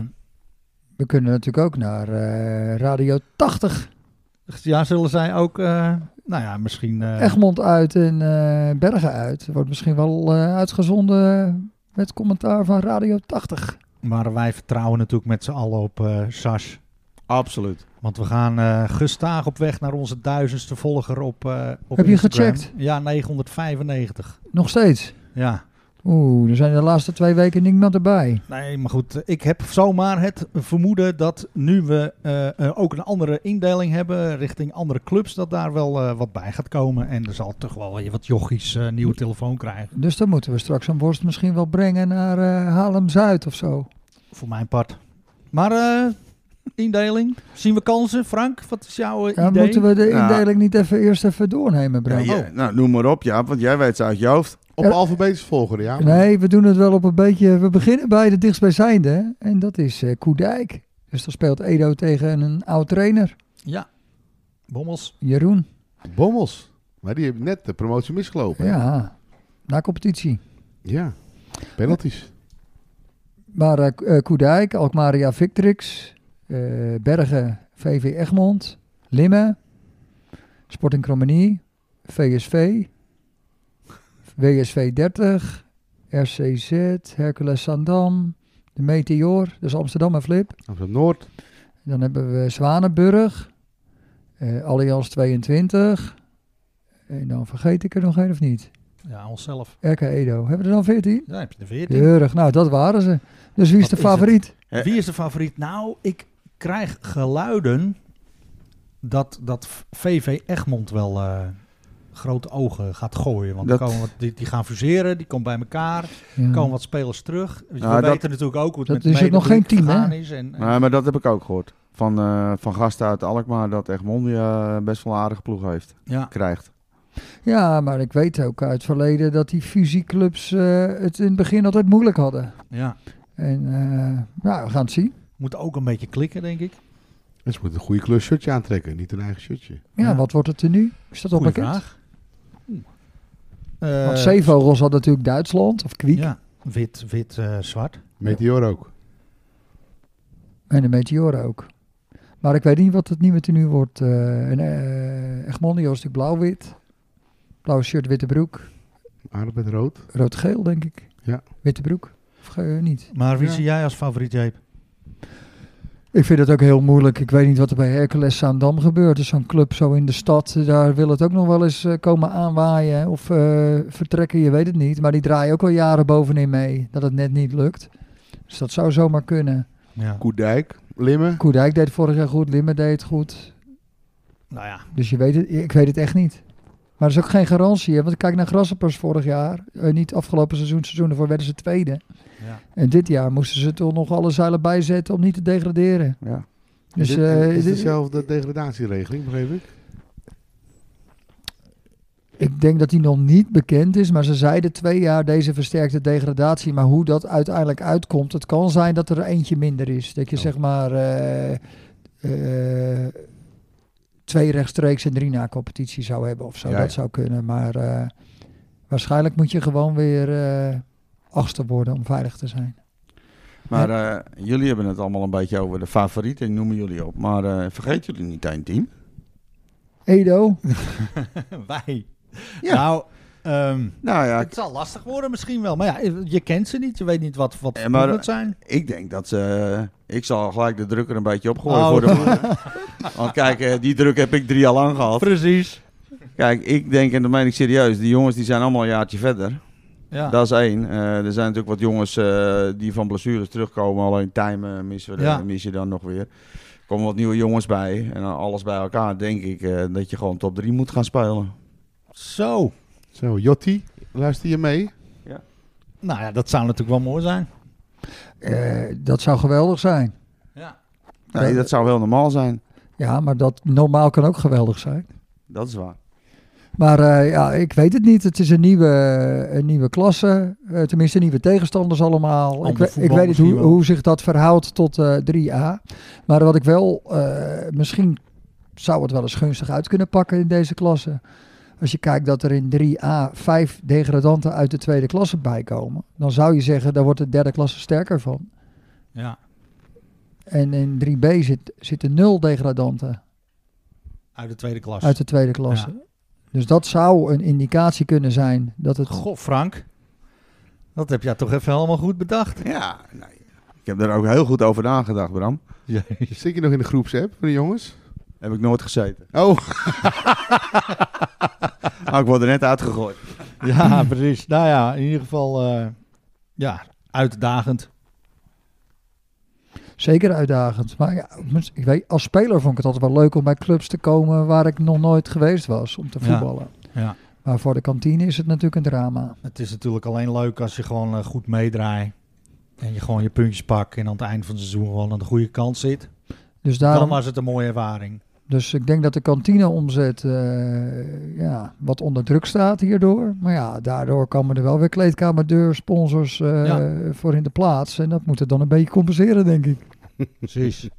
D: we kunnen natuurlijk ook naar Radio 80.
B: Ja, zullen zij ook, misschien...
D: Egmond uit en Bergen uit. Wordt misschien wel uitgezonden met commentaar van Radio 80.
B: Maar wij vertrouwen natuurlijk met z'n allen op Sas.
C: Absoluut.
B: Want we gaan gestaag op weg naar onze 1000ste volger op
D: Heb je
B: Instagram.
D: gecheckt?
B: Ja, 995.
D: Nog steeds?
B: Ja.
D: Er zijn de laatste 2 weken niemand erbij.
B: Nee, maar goed. Ik heb zomaar het vermoeden dat nu we ook een andere indeling hebben richting andere clubs, dat daar wel wat bij gaat komen. En er zal toch wel weer wat jochies een nieuwe telefoon krijgen.
D: Dus dan moeten we straks een worst misschien wel brengen naar Haarlem-Zuid of zo.
B: Voor mijn part. Maar indeling. Zien we kansen? Frank, wat is jouw
D: Ja,
B: idee?
D: moeten we de indeling niet eerst even doornemen, Bram?
C: Ja, nou, noem maar op, ja, want jij weet ze uit je hoofd.
E: Op alfabetische volgorde, ja.
D: Nee, we doen het wel op een beetje... We beginnen bij de dichtstbijzijnde. Hè? En dat is Koedijk. Dus dan speelt Edo tegen een oud trainer.
B: Ja. Bommels.
D: Jeroen.
E: Bommels. Maar die hebben net de promotie misgelopen.
D: Ja, na competitie.
E: Ja. Penalties.
D: Maar Koedijk, Alkmaria Victrix, Bergen, VV Egmond, Limmen, Sporting Krommenie, VSV, WSV 30, RCZ, Hercules Zandam, de Meteor, dus Amsterdam en Flip.
E: Amsterdam-Noord.
D: Dan hebben we Zwanenburg, Allianz 22. En dan vergeet ik er nog één of niet.
B: Ja, onszelf.
D: RK Edo. Hebben we er dan 14?
B: Dan heb je de 14.
D: Keurig. Nou, dat waren ze. Dus wie is
B: Wat
D: de
B: is
D: favoriet?
B: Wie is de favoriet? Nou, ik krijg geluiden dat VV Egmond wel grote ogen gaat gooien. Want
C: Dat-
B: er komen die gaan fuseren, die komen bij elkaar. Er
D: Ja.
B: komen wat spelers terug. Dus
C: Nou,
B: we
C: dat-
B: weten natuurlijk ook hoe het
D: dat
B: met
D: is het nog geen
B: Medeblik
D: team, hè?
B: gegaan is. En
C: Maar dat heb ik ook gehoord. Van gasten uit Alkmaar dat Egmondia best wel een aardige ploeg heeft.
B: ja.
C: Krijgt.
D: Ja, maar ik weet ook uit het verleden dat die fusieclubs het in het begin altijd moeilijk hadden.
B: Ja.
D: En nou, we gaan het zien.
B: Moet ook een beetje klikken, denk ik.
E: Dus ze moeten een goede kleur shirtje aantrekken, niet een eigen shirtje.
D: Ja,
B: Ja.
D: wat wordt het er nu? Is dat al
B: Goeie
D: bekend?
B: vraag.
D: Want Zeevogels had natuurlijk Duitsland, of Kwiek.
B: Ja, wit, zwart.
E: Meteor ook.
D: En de Meteor ook. Maar ik weet niet wat het nieuwe tenue wordt. Egmondio is natuurlijk blauw-wit. Blauwe shirt, witte broek.
E: Aardig met rood.
D: Rood-geel, denk ik.
E: Ja.
D: Witte broek. Of niet?
B: Maar wie
E: Ja.
B: zie jij als favoriet, Jeep?
D: Ik vind het ook heel moeilijk. Ik weet niet wat er bij Hercules Zaandam gebeurt. Dus zo'n club zo in de stad, daar wil het ook nog wel eens komen aanwaaien. Of vertrekken, je weet het niet. Maar die draaien ook al jaren bovenin mee. Dat het net niet lukt. Dus dat zou zomaar kunnen.
B: Ja.
E: Koedijk, Limmen.
D: Koedijk deed het vorig jaar goed. Limmer deed het goed.
B: Nou ja,
D: Dus je weet het, ik weet het echt niet. Maar er is ook geen garantie. Hè? Want ik kijk naar Grasshoppers vorig jaar. Niet afgelopen seizoen ervoor werden ze tweede.
B: ja.
D: En dit jaar moesten ze toch nog alle zeilen bijzetten om niet te degraderen.
C: Ja.
D: Dus
E: is
D: dit-
E: dezelfde degradatieregeling, begreep ik?
D: ik denk dat die nog niet bekend is. Maar ze zeiden 2 jaar deze versterkte degradatie. Maar hoe dat uiteindelijk uitkomt. Het kan zijn dat er eentje minder is. Dat je zeg maar 2 rechtstreeks en 3 na competitie zou hebben of zo.
E: Ja,
D: Dat
E: ja.
D: zou kunnen. Maar waarschijnlijk moet je gewoon weer 8e worden om veilig te zijn.
C: Maar jullie hebben het allemaal een beetje over de favorieten, die noemen jullie op. Maar vergeet jullie niet één team?
D: Edo,
B: Wij.
C: Ja.
B: Nou,
C: Nou ja,
B: het zal lastig worden misschien wel. Maar ja, je kent ze niet. Je weet niet wat
C: Ja, maar-
B: het zijn.
C: ik denk dat ze... ik zal gelijk de druk er een beetje opgooien
B: Oh.
C: voor de Want kijk, die druk heb ik 3 jaar lang gehad.
B: Precies.
C: Kijk, ik denk, en dat meen ik serieus, die jongens die zijn allemaal een jaartje verder.
B: Ja.
C: Dat is 1. Er zijn natuurlijk wat jongens die van blessures terugkomen. Alleen time mis je dan nog weer. Er komen wat nieuwe jongens bij. En dan alles bij elkaar denk ik dat je gewoon top 3 moet gaan spelen.
B: Zo.
E: Zo, Jotti, luister je mee?
B: Nou ja, dat zou natuurlijk wel mooi zijn.
D: dat zou geweldig zijn.
B: Ja.
C: Nee, dat zou wel normaal zijn.
D: Ja, maar dat normaal kan ook geweldig zijn.
C: Dat is waar.
D: Maar ja, ik weet het niet. Het is een nieuwe klasse. Tenminste, nieuwe tegenstanders allemaal.
B: Ander
D: Ik weet
B: voetbal
D: niet
B: misschien wel.
D: hoe zich dat verhoudt tot 3A. Maar wat ik wel... misschien zou het wel eens gunstig uit kunnen pakken in deze klasse. Als je kijkt dat er in 3A 5 degradanten uit de tweede klasse bijkomen. Dan zou je zeggen, daar wordt de derde klasse sterker van.
B: Ja.
D: En in 3B zitten 0 degradanten
B: Uit de tweede klas.
D: uit de tweede klasse. Dus dat zou een indicatie kunnen zijn dat het...
B: Goh, Frank. Dat heb jij toch even helemaal goed bedacht.
C: Ja, nee. Ik heb daar ook heel goed over nagedacht, Bram.
E: Zit je nog in de groepsapp van de jongens?
C: Heb ik nooit gezeten.
E: Oh,
C: Maar ik word er net uitgegooid.
B: Ja, precies. Nou ja, in ieder geval uitdagend.
D: Zeker uitdagend. Maar ja, ik weet, als speler vond ik het altijd wel leuk om bij clubs te komen waar ik nog nooit geweest was om te voetballen.
B: Ja.
D: Maar voor de kantine is het natuurlijk een drama.
B: Het is natuurlijk alleen leuk als je gewoon goed meedraait. En je gewoon je puntjes pakt en aan het eind van het seizoen gewoon aan de goede kant zit.
D: Dus
B: Dan
D: daarom,
B: was het een mooie ervaring.
D: dus ik denk dat de kantineomzet wat onder druk staat hierdoor. Maar ja, daardoor komen er wel weer kleedkamerdeur sponsors voor in de plaats. En dat moet het dan een beetje compenseren, denk ik.
B: Precies.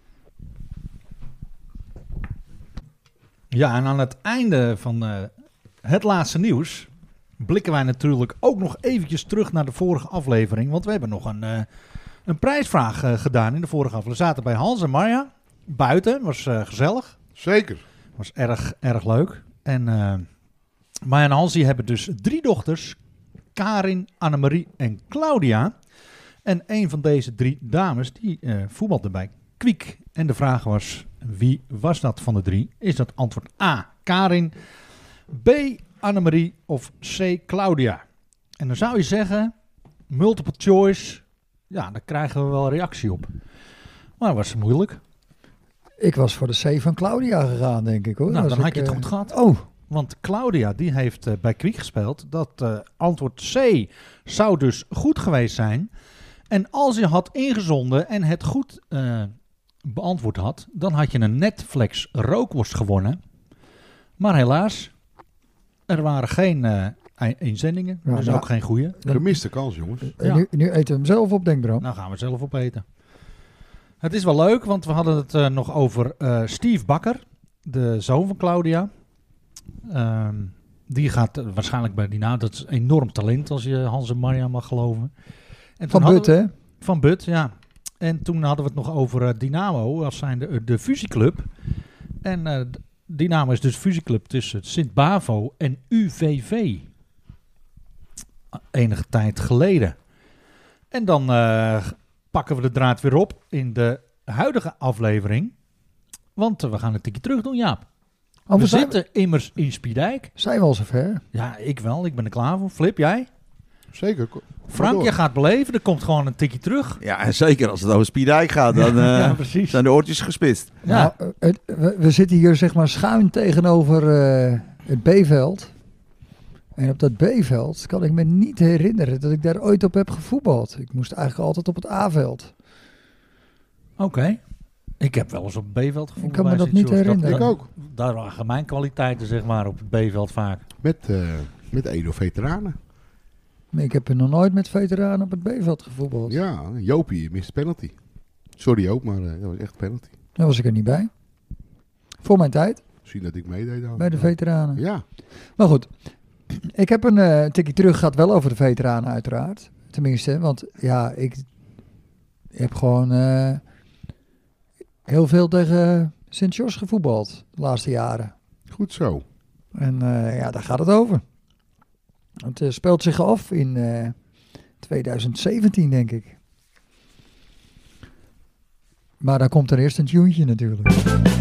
B: Ja, en aan het einde van het laatste nieuws blikken wij natuurlijk ook nog eventjes terug naar de vorige aflevering. Want we hebben nog een prijsvraag gedaan in de vorige aflevering. We zaten bij Hans en Marja buiten. Was gezellig.
E: Zeker.
B: Was erg leuk. En Marja en Hans die hebben dus 3 dochters. Karin, Annemarie en Claudia. En een van deze 3 dames die voetbalde bij Kwiek. En de vraag was, wie was dat van de 3? Is dat antwoord A, Karin, B, Annemarie of C, Claudia? En dan zou je zeggen, multiple choice, ja, daar krijgen we wel reactie op. Maar dat was moeilijk.
D: Ik was voor de C van Claudia gegaan, denk ik, hoor.
B: Nou,
D: Als
B: dan had
D: ik,
B: je het goed gehad.
D: Oh,
B: Want Claudia, die heeft bij Kwiek gespeeld. Dat antwoord C zou dus goed geweest zijn. En als je had ingezonden en het goed beantwoord had, dan had je een Netflix rookworst gewonnen. Maar helaas, er waren geen inzendingen,
D: Ja,
B: dus
D: nou,
B: ook geen goede.
E: Gemiste kans, jongens.
B: Ja.
D: nu eten we hem zelf op, denk Bram.
B: Nou gaan we zelf opeten. Het is wel leuk, want we hadden het nog over Steve Bakker, de zoon van Claudia. Die gaat waarschijnlijk bij Dynamo. Dat is enorm talent als je Hans en Marja mag geloven. En
D: Van
B: toen
D: But, hè?
B: Van But, ja. En toen hadden we het nog over Dynamo als zijn de fusieclub. En Dynamo is dus fusieclub tussen Sint-Bavo en UVV. Enige tijd geleden. En dan pakken we de draad weer op in de huidige aflevering. Want we gaan een tikje terug doen, Jaap.
D: Oh,
B: We zitten immers in Spiedijk.
D: Zijn we al zover?
B: Ja, ik wel. Ik ben er klaar voor. Flip, jij?
E: Zeker.
B: Frank, je gaat beleven. Er komt gewoon een tikje terug.
C: Ja, en zeker als het over Spiedijk gaat, dan
B: Ja, precies.
C: zijn de oortjes gespitst.
B: Ja.
D: Nou, we zitten hier zeg maar schuin tegenover het B-veld. En op dat B-veld kan ik me niet herinneren dat ik daar ooit op heb gevoetbald. Ik moest eigenlijk altijd op het A-veld.
B: Oké. Ik heb wel eens op het B-veld gevoetbald.
D: Ik kan me
B: bij
D: dat niet
B: Sint-George.
D: herinneren.
E: Ik ook.
B: Daar lagen mijn kwaliteiten, zeg maar, op het B-veld vaak.
E: Met Edo-veteranen.
D: Maar ik heb er nog nooit met veteranen op het B-veld gevoetbald.
E: Ja, Jopie mist penalty. Sorry Joop, maar dat was echt penalty.
D: Daar was ik er niet bij. Voor mijn tijd,
E: Misschien dat ik meedeed dan.
D: bij de veteranen.
E: Ja,
D: Maar goed, ik heb een tikje terug gehad wel over de veteranen uiteraard. Tenminste, want ja, ik heb gewoon heel veel tegen Sint-George gevoetbald de laatste jaren.
E: goed zo.
D: En ja, daar gaat het over. Het speelt zich af in 2017, denk ik. Maar dan komt er eerst een tuentje natuurlijk.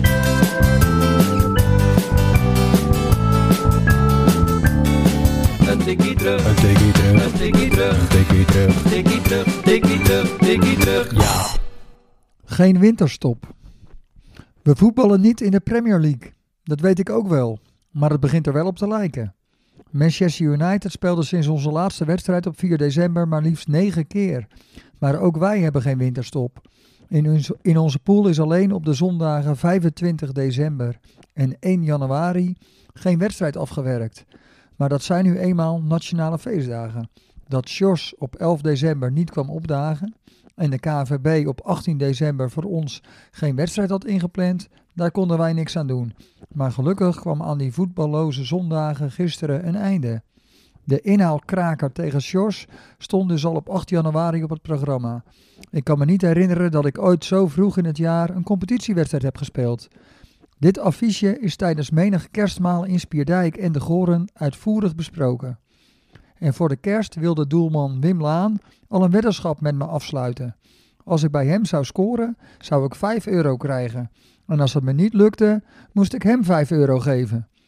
F: Een tikkie terug, een tikkie terug, een tikkie terug, een tikkie terug, tikkie terug, tikkie terug, tikkie terug. Ja.
D: Geen winterstop. We voetballen niet in de Premier League. Dat weet ik ook wel. Maar het begint er wel op te lijken. Manchester United speelde sinds onze laatste wedstrijd op 4 december maar liefst 9 keer. Maar ook wij hebben geen winterstop. In onze pool is alleen op de zondagen 25 december en 1 januari geen wedstrijd afgewerkt. Maar dat zijn nu eenmaal nationale feestdagen. Dat Sjors op 11 december niet kwam opdagen en de KNVB op 18 december voor ons geen wedstrijd had ingepland, daar konden wij niks aan doen. Maar gelukkig kwam aan die voetballoze zondagen gisteren een einde. De inhaalkraker tegen Sjors stond dus al op 8 januari op het programma. Ik kan me niet herinneren dat ik ooit zo vroeg in het jaar een competitiewedstrijd heb gespeeld. Dit affiche is tijdens menig kerstmaal in Spierdijk en de Goren uitvoerig besproken. En voor de kerst wilde doelman Wim Laan al een weddenschap met me afsluiten. Als ik bij hem zou scoren, zou ik €5 krijgen. En als het me niet lukte, moest ik hem €5 geven.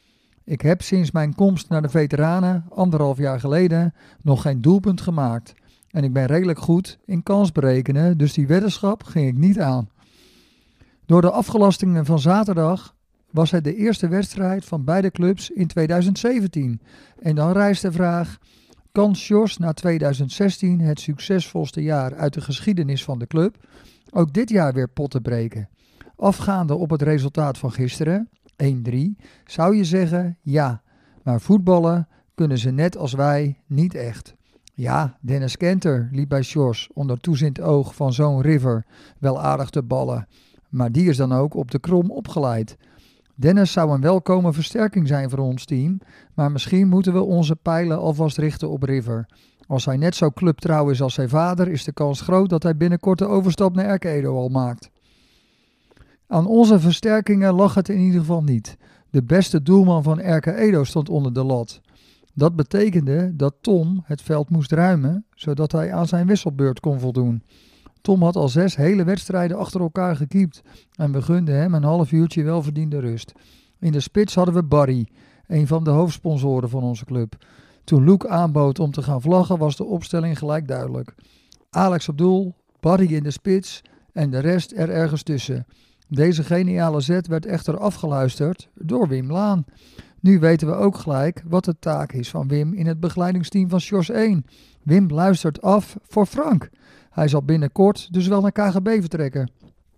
D: Ik heb sinds mijn komst naar de veteranen, 1,5 jaar geleden, nog geen doelpunt gemaakt. En ik ben redelijk goed in kans berekenen, dus die weddenschap ging ik niet aan. Door de afgelastingen van zaterdag was het de eerste wedstrijd van beide clubs in 2017. En dan rijst de vraag, kan Sjors na 2016, het succesvolste jaar uit de geschiedenis van de club, ook dit jaar weer potten breken? Afgaande op het resultaat van gisteren, 1-3, zou je zeggen ja, maar voetballen kunnen ze net als wij niet echt. Ja, Dennis Kenter liep bij Sjors onder toeziend oog van zo'n River wel aardig te ballen, maar die is dan ook op de krom opgeleid. Dennis zou een welkome versterking zijn voor ons team, maar misschien moeten we onze pijlen alvast richten op River. Als hij net zo clubtrouw is als zijn vader, is de kans groot dat hij binnenkort de overstap naar Erke Edo al maakt. Aan onze versterkingen lag het in ieder geval niet. De beste doelman van Erke Edo stond onder de lat. Dat betekende dat Tom het veld moest ruimen, zodat hij aan zijn wisselbeurt kon voldoen. Tom had al 6 hele wedstrijden achter elkaar gekiept en we gunden hem een half uurtje welverdiende rust. In de spits hadden we Barry, een van de hoofdsponsoren van onze club. Toen Luc aanbood om te gaan vlaggen was de opstelling gelijk duidelijk. Alex op doel, Barry in de spits en de rest er ergens tussen. Deze geniale zet werd echter afgeluisterd door Wim Laan. Nu weten we ook gelijk wat de taak is van Wim in het begeleidingsteam van Sjors 1. Wim luistert af voor Frank. Hij zal binnenkort dus wel naar KGB vertrekken.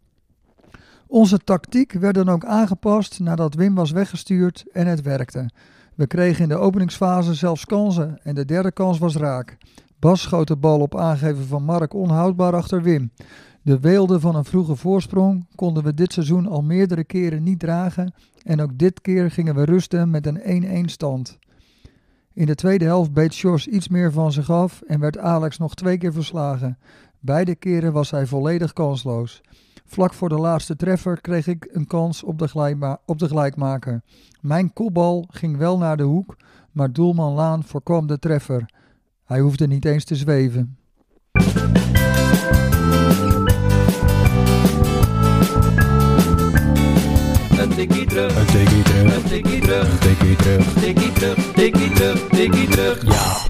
D: Onze tactiek werd dan ook aangepast nadat Wim was weggestuurd en het werkte. We kregen in de openingsfase zelfs kansen en de derde kans was raak. Bas schoot de bal op aangeven van Mark onhoudbaar achter Wim. De weelde van een vroege voorsprong konden we dit seizoen al meerdere keren niet dragen en ook dit keer gingen we rusten met een 1-1 stand. In de tweede helft beet Sjors iets meer van zich af en werd Alex nog 2 keer verslagen. Beide keren was hij volledig kansloos. Vlak voor de laatste treffer kreeg ik een kans op de gelijkmaker. Mijn kopbal ging wel naar de hoek, maar doelman Laan voorkwam de treffer. Hij hoefde niet eens te zweven.
F: Een tikkie terug, een tikkie terug, een tikkie terug, een tikkie terug, tikkie terug, tikkie terug, tikkie terug. Ja.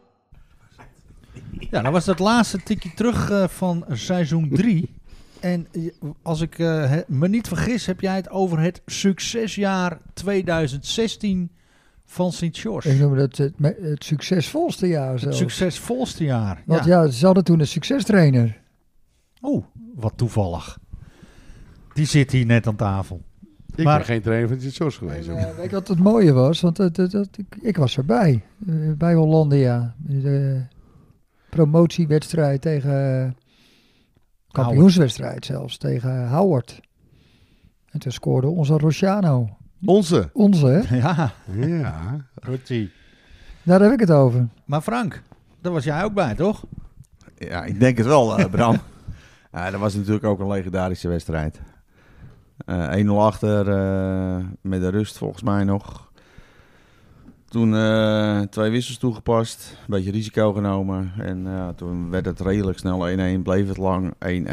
B: Ja, dat was het laatste tikje terug van seizoen 3. En als ik me niet vergis, heb jij het over het succesjaar 2016 van Sint-Sjors.
D: Ik noem het het succesvolste jaar zelfs.
B: Het succesvolste jaar.
D: Want ja, ze hadden toen een succestrainer.
B: Oh, wat toevallig. Die zit hier net aan tafel.
E: Ik ben geen trainer van Sint-Sjors geweest.
D: Weet je wat het mooie was? Want ik was erbij. Bij Hollandia. De promotiewedstrijd tegen... kampioenswedstrijd zelfs. Tegen Howard. En toen scoorde onze Rociano.
E: Onze,
D: hè?
B: Ja,
E: ja.
B: Rutti.
D: Daar heb ik het over.
B: Maar Frank, daar was jij ook bij, toch?
C: Ja, ik denk het wel, Bram. Ja, dat was natuurlijk ook een legendarische wedstrijd. 1-0 achter, met de rust volgens mij nog. Toen 2 wissels toegepast, een beetje risico genomen. En toen werd het redelijk snel 1-1, bleef het lang 1-1.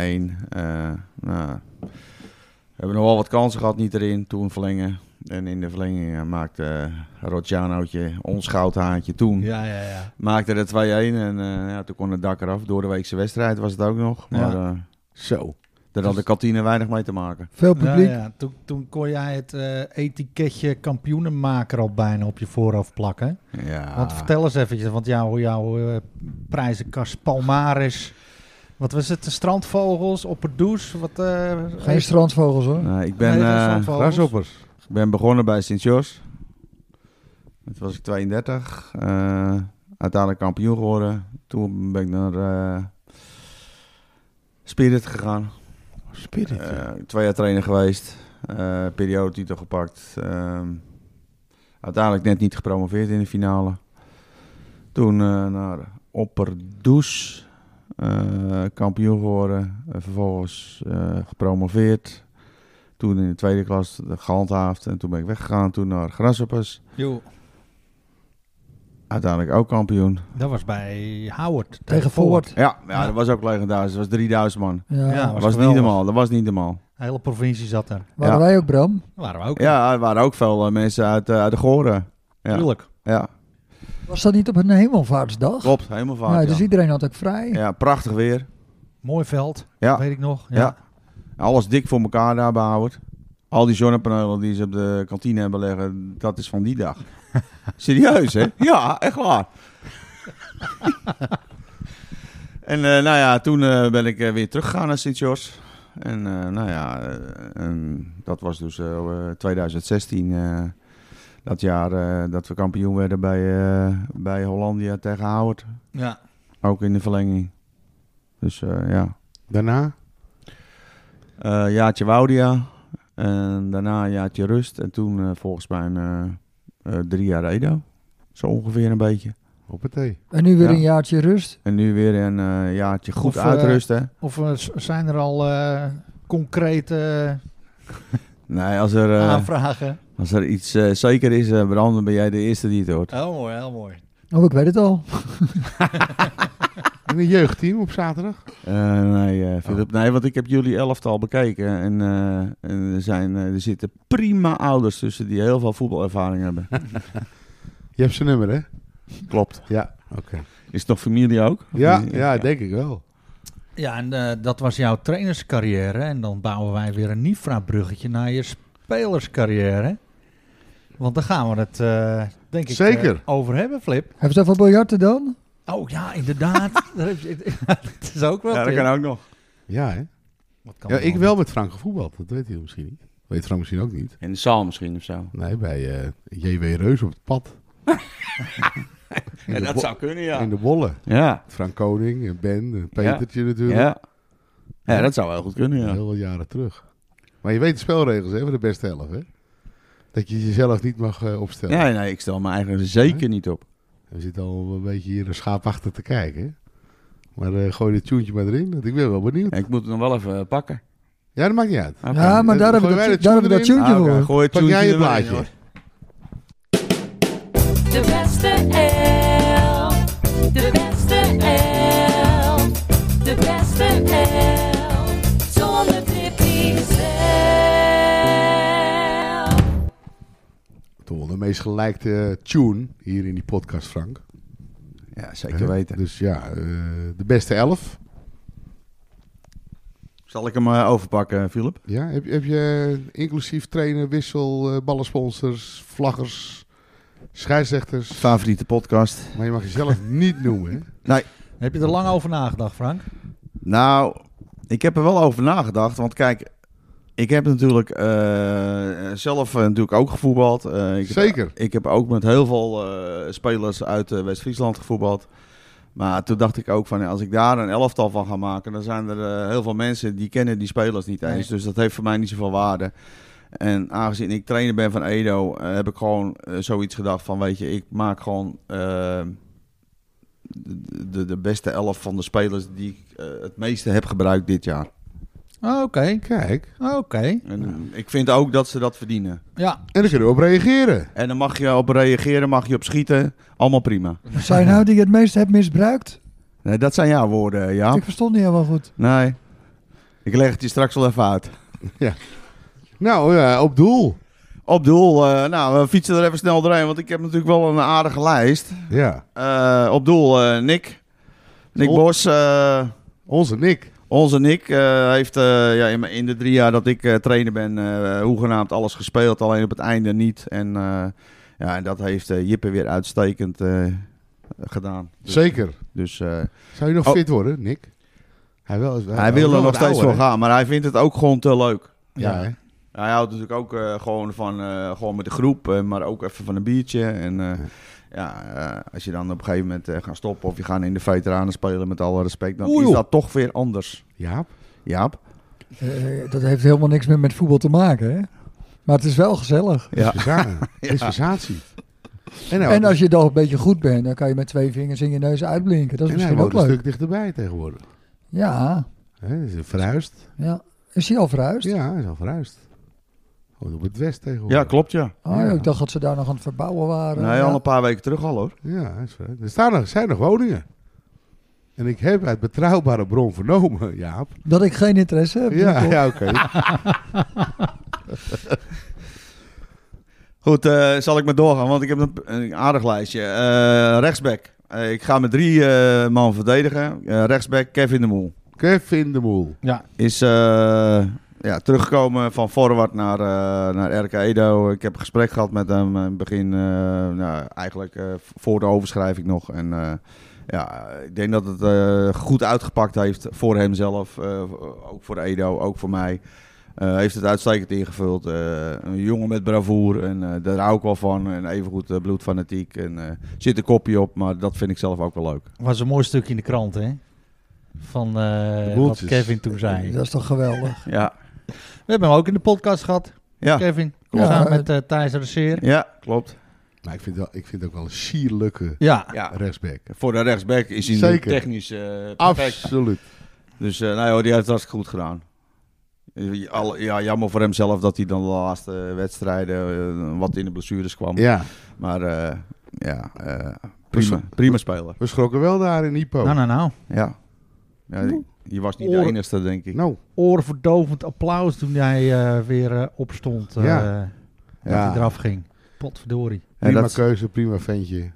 C: We hebben nog wel wat kansen gehad, niet erin, toen verlengen. En in de verlenging maakte Rocianootje, ons goudhaantje toen,
B: Ja.
C: maakte er 2-1. En toen kon het dak eraf. Door de weekse wedstrijd was het ook nog. Maar
E: Zo.
C: daar had de kantine weinig mee te maken.
D: Veel publiek.
B: Ja. Toen kon jij het etiketje kampioenenmaker al bijna op je voorhoofd plakken.
C: Ja.
B: Want vertel eens eventjes, want jouw prijzenkast Palmaris... Wat was het? De strandvogels, opperdoes?
D: Geen strandvogels hoor.
C: Nou, ik
B: Nee, geen
C: ben,
B: strandvogels.
E: Grasshoppers.
C: ik ben begonnen bij Sint-Sjors. Toen was ik 32. Uiteindelijk kampioen geworden. Toen ben ik naar Spirit gegaan.
E: Spirit.
C: 2 jaar trainer geweest. Periodetitel gepakt. Uiteindelijk net niet gepromoveerd in de finale. Toen naar Opperdoes. Kampioen geworden. Vervolgens gepromoveerd. Toen in de tweede klas gehandhaafd. En toen ben ik weggegaan. Toen naar Grasshoppers.
B: Jo.
C: Uiteindelijk ook kampioen.
B: Dat was bij Howard.
D: Tegen Forward.
C: Ja,
B: Ja.
C: dat was ook legendarisch. Dat was 3000 man.
D: Ja.
B: Ja.
C: Dat was niet normaal. Dat was niet normaal.
B: De hele provincie zat er.
D: Waren
C: Ja.
D: wij ook, Bram?
B: Dat waren we ook.
C: Ja, er waren ook veel mensen uit de Goren. Ja.
B: Tuurlijk.
C: Ja,
D: Was dat niet op een hemelvaartsdag?
C: klopt. Helemaal vaak.
D: Ja,
C: Ja,
D: dus iedereen had ook vrij.
C: ja, prachtig weer.
B: Mooi veld.
C: Ja.
B: Weet ik nog.
C: Ja. Alles dik voor elkaar daar bij Howard. Al die zonnepanelen die ze op de kantine hebben leggen, dat is van die dag. Serieus, hè? Ja, echt waar. En nou ja, toen ben ik weer teruggegaan naar Sint-George. En nou ja, en dat was dus 2016. Dat jaar dat we kampioen werden bij Hollandia tegen Howard.
B: Ja.
C: Ook in de verlenging. Dus ja.
E: Daarna?
C: Jaartje Woudia. En daarna een jaartje rust. En toen volgens mij 3 jaar Edo. Zo ongeveer een beetje.
E: Hoppatee.
D: En nu weer
C: Ja.
D: een jaartje rust.
C: En nu weer een jaartje goed
B: Of,
C: uitrusten.
B: Of zijn er al concrete
C: Nee,
B: aanvragen?
C: als er iets zeker is, Bram, dan ben jij de eerste die het hoort.
B: Heel mooi, heel mooi.
D: Oh, ik weet het al.
E: En een jeugdteam op zaterdag?
C: Nee, Philip. Nee, want ik heb jullie elftal bekeken. En er zitten prima ouders tussen die heel veel voetbalervaring hebben.
E: Je hebt zijn nummer, hè?
C: Klopt.
E: Ja, oké.
C: Is het nog familie ook? Of
E: Ja,
C: niet?
E: ja, denk ik wel.
B: Ja, en dat was jouw trainerscarrière. En dan bouwen wij weer een Nifra-bruggetje naar je spelerscarrière. Want daar gaan we het, denk ik,
E: Zeker.
B: over hebben, Flip.
D: Hebben ze over biljarten dan?
B: Oh ja, inderdaad. Het is ook wel.
C: Ja, dat
B: Tim.
C: kan ook nog.
E: Ja, hè?
B: Wat kan
E: Ja,
B: er
E: ik
B: nog?
E: wel met Frank gevoetbald. Dat weet hij misschien niet. Weet Frank misschien ook niet.
C: In de zaal misschien of zo.
E: Nee, bij J.W. Reus op het pad. In
C: Ja,
E: de
C: dat
E: bo-
C: zou kunnen, ja.
E: In de bolle.
C: Ja.
E: Frank Koning en Ben en Petertje natuurlijk.
C: Ja. Ja, dat zou wel goed kunnen, ja.
E: Heel wat jaren terug. Maar je weet de spelregels hè, voor de beste 11, hè? Dat je jezelf niet mag opstellen.
C: Nee, nee, ik stel me eigenlijk zeker niet op.
E: We zitten al een beetje hier een schaap achter te kijken, hè? Maar gooi dit tuentje maar erin, want ik ben wel benieuwd.
C: Ik moet het nog wel even pakken.
E: Ja, dat maakt niet uit.
C: Oké.
D: Ja, maar daar hebben we
E: Gooien wij
D: dat, daar hebben we dat
E: tune
D: tuentje
C: Ah, oké.
D: voor.
C: Gooi het
E: Pak jij
C: tuentje
E: het
C: erin,
E: plaatje.
C: hoor.
G: De beste elf. De beste elf. De beste elf. Zonder Tippy zelf.
E: Toch wel de meest gelijkte tune hier in die podcast, Frank.
C: Ja, zeker weten.
E: Dus ja, de beste 11.
C: Zal ik hem overpakken, Philip?
E: Ja, heb je inclusief trainer, wissel, ballensponsors, vlaggers, scheidsrechters.
C: Favoriete podcast?
E: Maar je mag jezelf niet noemen, hè?
B: Heb je er lang over nagedacht, Frank?
C: Nou, ik heb er wel over nagedacht. Want kijk, ik heb natuurlijk zelf natuurlijk ook gevoetbald.
E: Zeker.
C: Ik heb ook met heel veel spelers uit West-Friesland gevoetbald. Maar toen dacht ik ook van, ja, als ik daar een elftal van ga maken, dan zijn er heel veel mensen die kennen die spelers niet eens. Dus dat heeft voor mij niet zoveel waarde. En aangezien ik trainer ben van Edo, heb ik gewoon zoiets gedacht van, weet je, ik maak gewoon de beste 11 van de spelers die ik het meeste heb gebruikt dit jaar.
B: Oké.
E: Kijk.
B: Oké.
C: En ik vind ook dat ze dat verdienen.
B: Ja.
E: En daar kunnen we op reageren.
C: En dan mag je op reageren, mag je op schieten. Allemaal prima.
D: Zijn nou die je het meest hebt misbruikt?
C: Nee, dat zijn jouw woorden,
D: Ik
C: Jaap.
D: verstond niet helemaal goed.
C: Nee. Ik leg het je straks wel even uit.
E: Nou, op doel.
C: Op doel, nou, we fietsen er even snel doorheen, want ik heb natuurlijk wel een aardige lijst.
E: Ja.
C: Op doel, Nick. Nick
E: Oh.
C: Bos.
E: Onze Nick.
C: Onze Nick heeft in de 3 jaar dat ik trainer ben, hoegenaamd alles gespeeld. Alleen op het einde niet. En en dat heeft Jippe weer uitstekend gedaan. Dus,
E: Zeker.
C: Dus
E: Zou je nog
C: Oh.
E: fit worden, Nick? Hij wil
C: er nog steeds voor gaan, maar hij vindt het ook gewoon te leuk.
E: Ja, hè?
C: Hij houdt natuurlijk ook gewoon van gewoon met de groep, maar ook even van een biertje. En als je dan op een gegeven moment gaat stoppen of je gaat in de veteranen spelen, met alle respect, dan is dat toch weer anders.
E: Jaap?
C: Jaap?
D: Dat heeft helemaal niks meer met voetbal te maken, hè? Maar het is wel gezellig.
C: Ja.
E: Is sensatie.
D: En als je dan een beetje goed bent, dan kan je met 2 vingers in je neus uitblinken. Dat is
E: en hij
D: misschien ook
E: woont een
D: leuk.
E: stuk dichterbij tegenwoordig.
D: Ja,
E: Hè, is hij verhuisd?
D: ja. Is hij al verhuisd?
E: Ja, hij is al verhuisd. Op het West tegenwoordig.
C: Ja, klopt, ja.
D: Oh, ja, ik dacht dat ze daar nog aan het verbouwen waren.
C: Nee,
D: Ja.
C: al een paar weken terug al, hoor.
E: Ja, is waar. Zijn nog woningen. En ik heb uit betrouwbare bron vernomen, Jaap.
D: Dat ik geen interesse heb.
E: Ja,
D: Nico.
E: ja, oké.
C: Goed, zal ik maar doorgaan, want ik heb een aardig lijstje. Rechtsback. Ik ga met 3 man verdedigen. Rechtsback Kevin de Moel.
E: Kevin de Moel.
C: Is teruggekomen van forward naar RK Edo. Ik heb een gesprek gehad met hem in het begin, eigenlijk voor de overschrijving nog. En ik denk dat het goed uitgepakt heeft voor hemzelf. Ook voor Edo, ook voor mij. Heeft het uitstekend ingevuld. Een jongen met bravoer en daar hou ik wel van. En evengoed bloedfanatiek. En zit een kopje op, maar dat vind ik zelf ook wel leuk.
B: Was een mooi stukje in de krant, hè? Van wat
E: boeltjes.
B: Kevin toen zei.
D: Dat is toch geweldig.
C: Ja,
B: We hebben hem ook in de podcast gehad,
C: ja,
B: Kevin.
D: Ja,
B: Samen met Thijs Reseer.
C: ja, klopt.
E: Maar ik vind het ook wel een sierlijke
B: Ja,
C: Ja.
E: rechtsback.
C: Voor de rechtsback is hij
E: Zeker.
C: technisch perfect.
E: Absoluut.
C: Dus die heeft het hartstikke goed gedaan. Jammer voor hemzelf dat hij dan de laatste wedstrijden wat in de blessures kwam.
E: Ja,
C: Maar prima speler.
E: we schrokken wel daar in Ipo.
B: nou.
C: Ja. Je was niet de
B: Oor-
C: enigste, denk ik.
E: Nou,
B: Oorverdovend applaus toen hij weer opstond.
E: Ja.
B: Dat hij eraf ging. Potverdorie.
C: En
E: prima
C: dat-
E: keuze, prima ventje.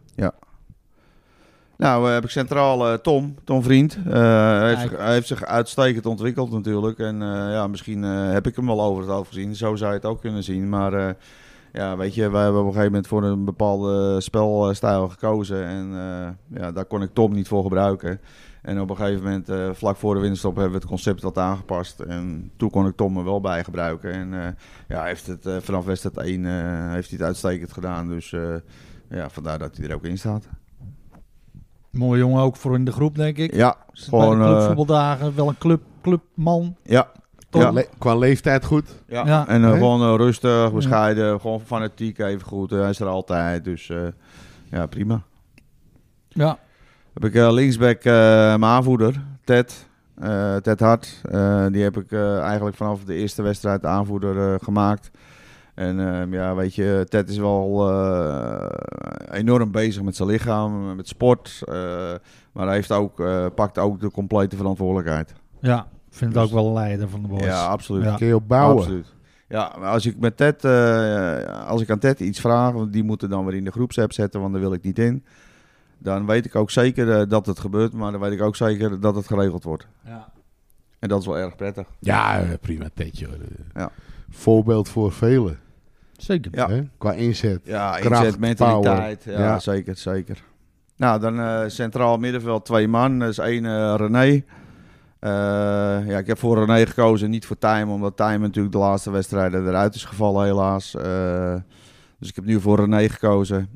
C: Nou, heb ik centraal Tom Vriend. Hij
B: Kijk.
C: heeft zich uitstekend ontwikkeld natuurlijk. En misschien heb ik hem wel over het hoofd gezien. Zo zou je het ook kunnen zien. Maar weet je, wij hebben op een gegeven moment voor een bepaalde spelstijl gekozen. En daar kon ik Tom niet voor gebruiken. En op een gegeven moment, vlak voor de winterstop, hebben we het concept wat aangepast. En toen kon ik Tom er wel bij gebruiken. En hij heeft het vanaf wedstrijd 1 heeft hij het uitstekend gedaan. Dus vandaar dat hij er ook in staat.
B: Mooi jongen ook voor in de groep, denk ik.
C: Ja,
B: Bij de
C: gewoon...
B: clubvoetbaldagen wel een clubman.
C: ja,
B: Top.
C: ja.
E: Qua leeftijd goed.
C: Ja,
B: Ja.
C: en
E: Hè?
C: gewoon rustig, bescheiden, gewoon fanatiek even goed. Hij is er altijd, dus prima.
B: Ja.
C: Heb ik linksback mijn aanvoerder, Ted Hart. Die heb ik eigenlijk vanaf de eerste wedstrijd aanvoerder gemaakt. En weet je, Ted is wel enorm bezig met zijn lichaam, met sport. Maar hij heeft pakt ook de complete verantwoordelijkheid.
B: Ja, ik vind het ook wel een leider van de boys.
C: Ja, absoluut.
B: Ja.
E: Kun je op bouwen.
C: Absoluut. Ja, maar als ik met Ted, als ik aan Ted iets vraag, want die moeten dan weer in de groepsapp zetten, want daar wil ik niet in. Dan weet ik ook zeker dat het gebeurt, maar dan weet ik ook zeker dat het geregeld wordt.
B: Ja.
C: En dat is wel erg prettig.
E: Ja, prima Tedje. hoor.
C: Ja.
E: Voorbeeld voor velen.
B: Zeker.
C: Ja.
E: Hè? Qua inzet.
C: Ja,
E: Kracht,
C: inzet, mentaliteit.
E: power.
C: Ja,
E: Ja.
C: zeker. Nou, dan centraal middenveld 2 man. Dat is 1 René. Ik heb voor René gekozen, niet voor Tijmen, omdat Tijmen natuurlijk de laatste wedstrijden eruit is gevallen helaas. Dus ik heb nu voor René gekozen.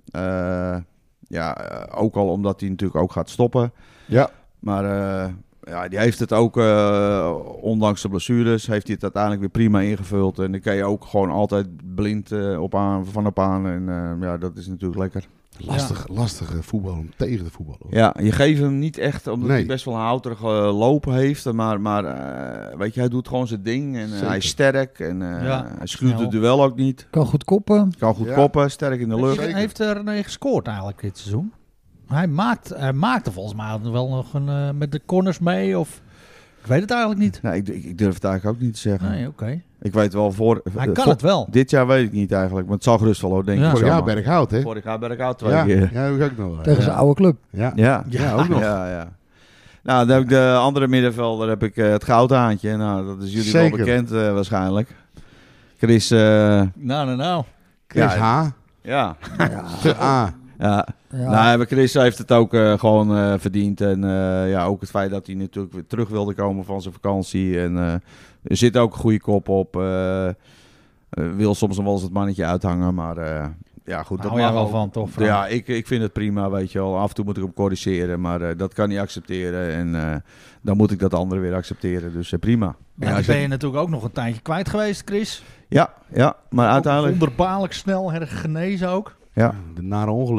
C: Ook al omdat hij natuurlijk ook gaat stoppen.
E: Ja.
C: Maar die heeft het ook, ondanks de blessures, heeft hij het uiteindelijk weer prima ingevuld. En dan kan je ook gewoon altijd blind van op aan. En dat is natuurlijk lekker.
E: Lastige voetbal om tegen te voetballen. hoor.
C: Ja, je geeft hem niet echt, omdat
E: Nee.
C: hij best wel een houterig lopen heeft. Maar weet je, hij doet gewoon zijn ding. En
E: Zeker.
C: hij is sterk. En
B: Ja,
C: hij schuurt
B: snel.
C: het duel ook niet.
D: Kan goed koppen.
C: Kan goed
E: Ja.
C: koppen, sterk in de lucht.
E: Zeker.
B: Heeft René gescoord eigenlijk dit seizoen? Hij maakte volgens mij wel nog met de corners mee. Of ik weet het eigenlijk niet.
C: Nee, ik durf het eigenlijk ook niet te zeggen.
B: Nee, oké.
C: Ik weet wel
B: Hij kan het wel.
C: Dit jaar weet ik niet eigenlijk, maar het zal gerust wel hoor, denk
B: Ja.
C: ik.
E: Vorig jaar
C: zomaar.
E: Berghout, hè?
C: Vorig jaar Berghout 2
E: Ja,
C: keer.
E: ja, heb ik ook nog.
D: Tegen zijn oude club.
E: Ja.
C: Ja,
E: ook nog.
C: Ja. Nou, dan heb ik de andere middenvelder, heb ik het goudhaantje. Nou, dat is jullie
E: Zeker.
C: wel bekend waarschijnlijk. Chris,
B: Nou.
E: Chris
C: Ja.
E: H.
C: ja.
E: Te A.
C: Ja.
D: Ja.
C: Nou, Chris heeft het ook gewoon verdiend. En ook het feit dat hij natuurlijk weer terug wilde komen van zijn vakantie. En er zit ook een goede kop op. Wil soms nog wel eens het mannetje uithangen, maar goed.
B: Hou jij
C: mag
B: wel
C: ook.
B: van, toch? Frank?
C: Ja, ik vind het prima, weet je wel. Af en toe moet ik hem corrigeren, maar dat kan hij accepteren. En dan moet ik dat andere weer accepteren. Dus prima.
B: Maar die ben je natuurlijk ook nog een tijdje kwijt geweest, Chris.
C: Ja, maar uiteindelijk...
B: Wonderbaarlijk snel genezen ook.
C: Ja.
E: De nare ongeluk.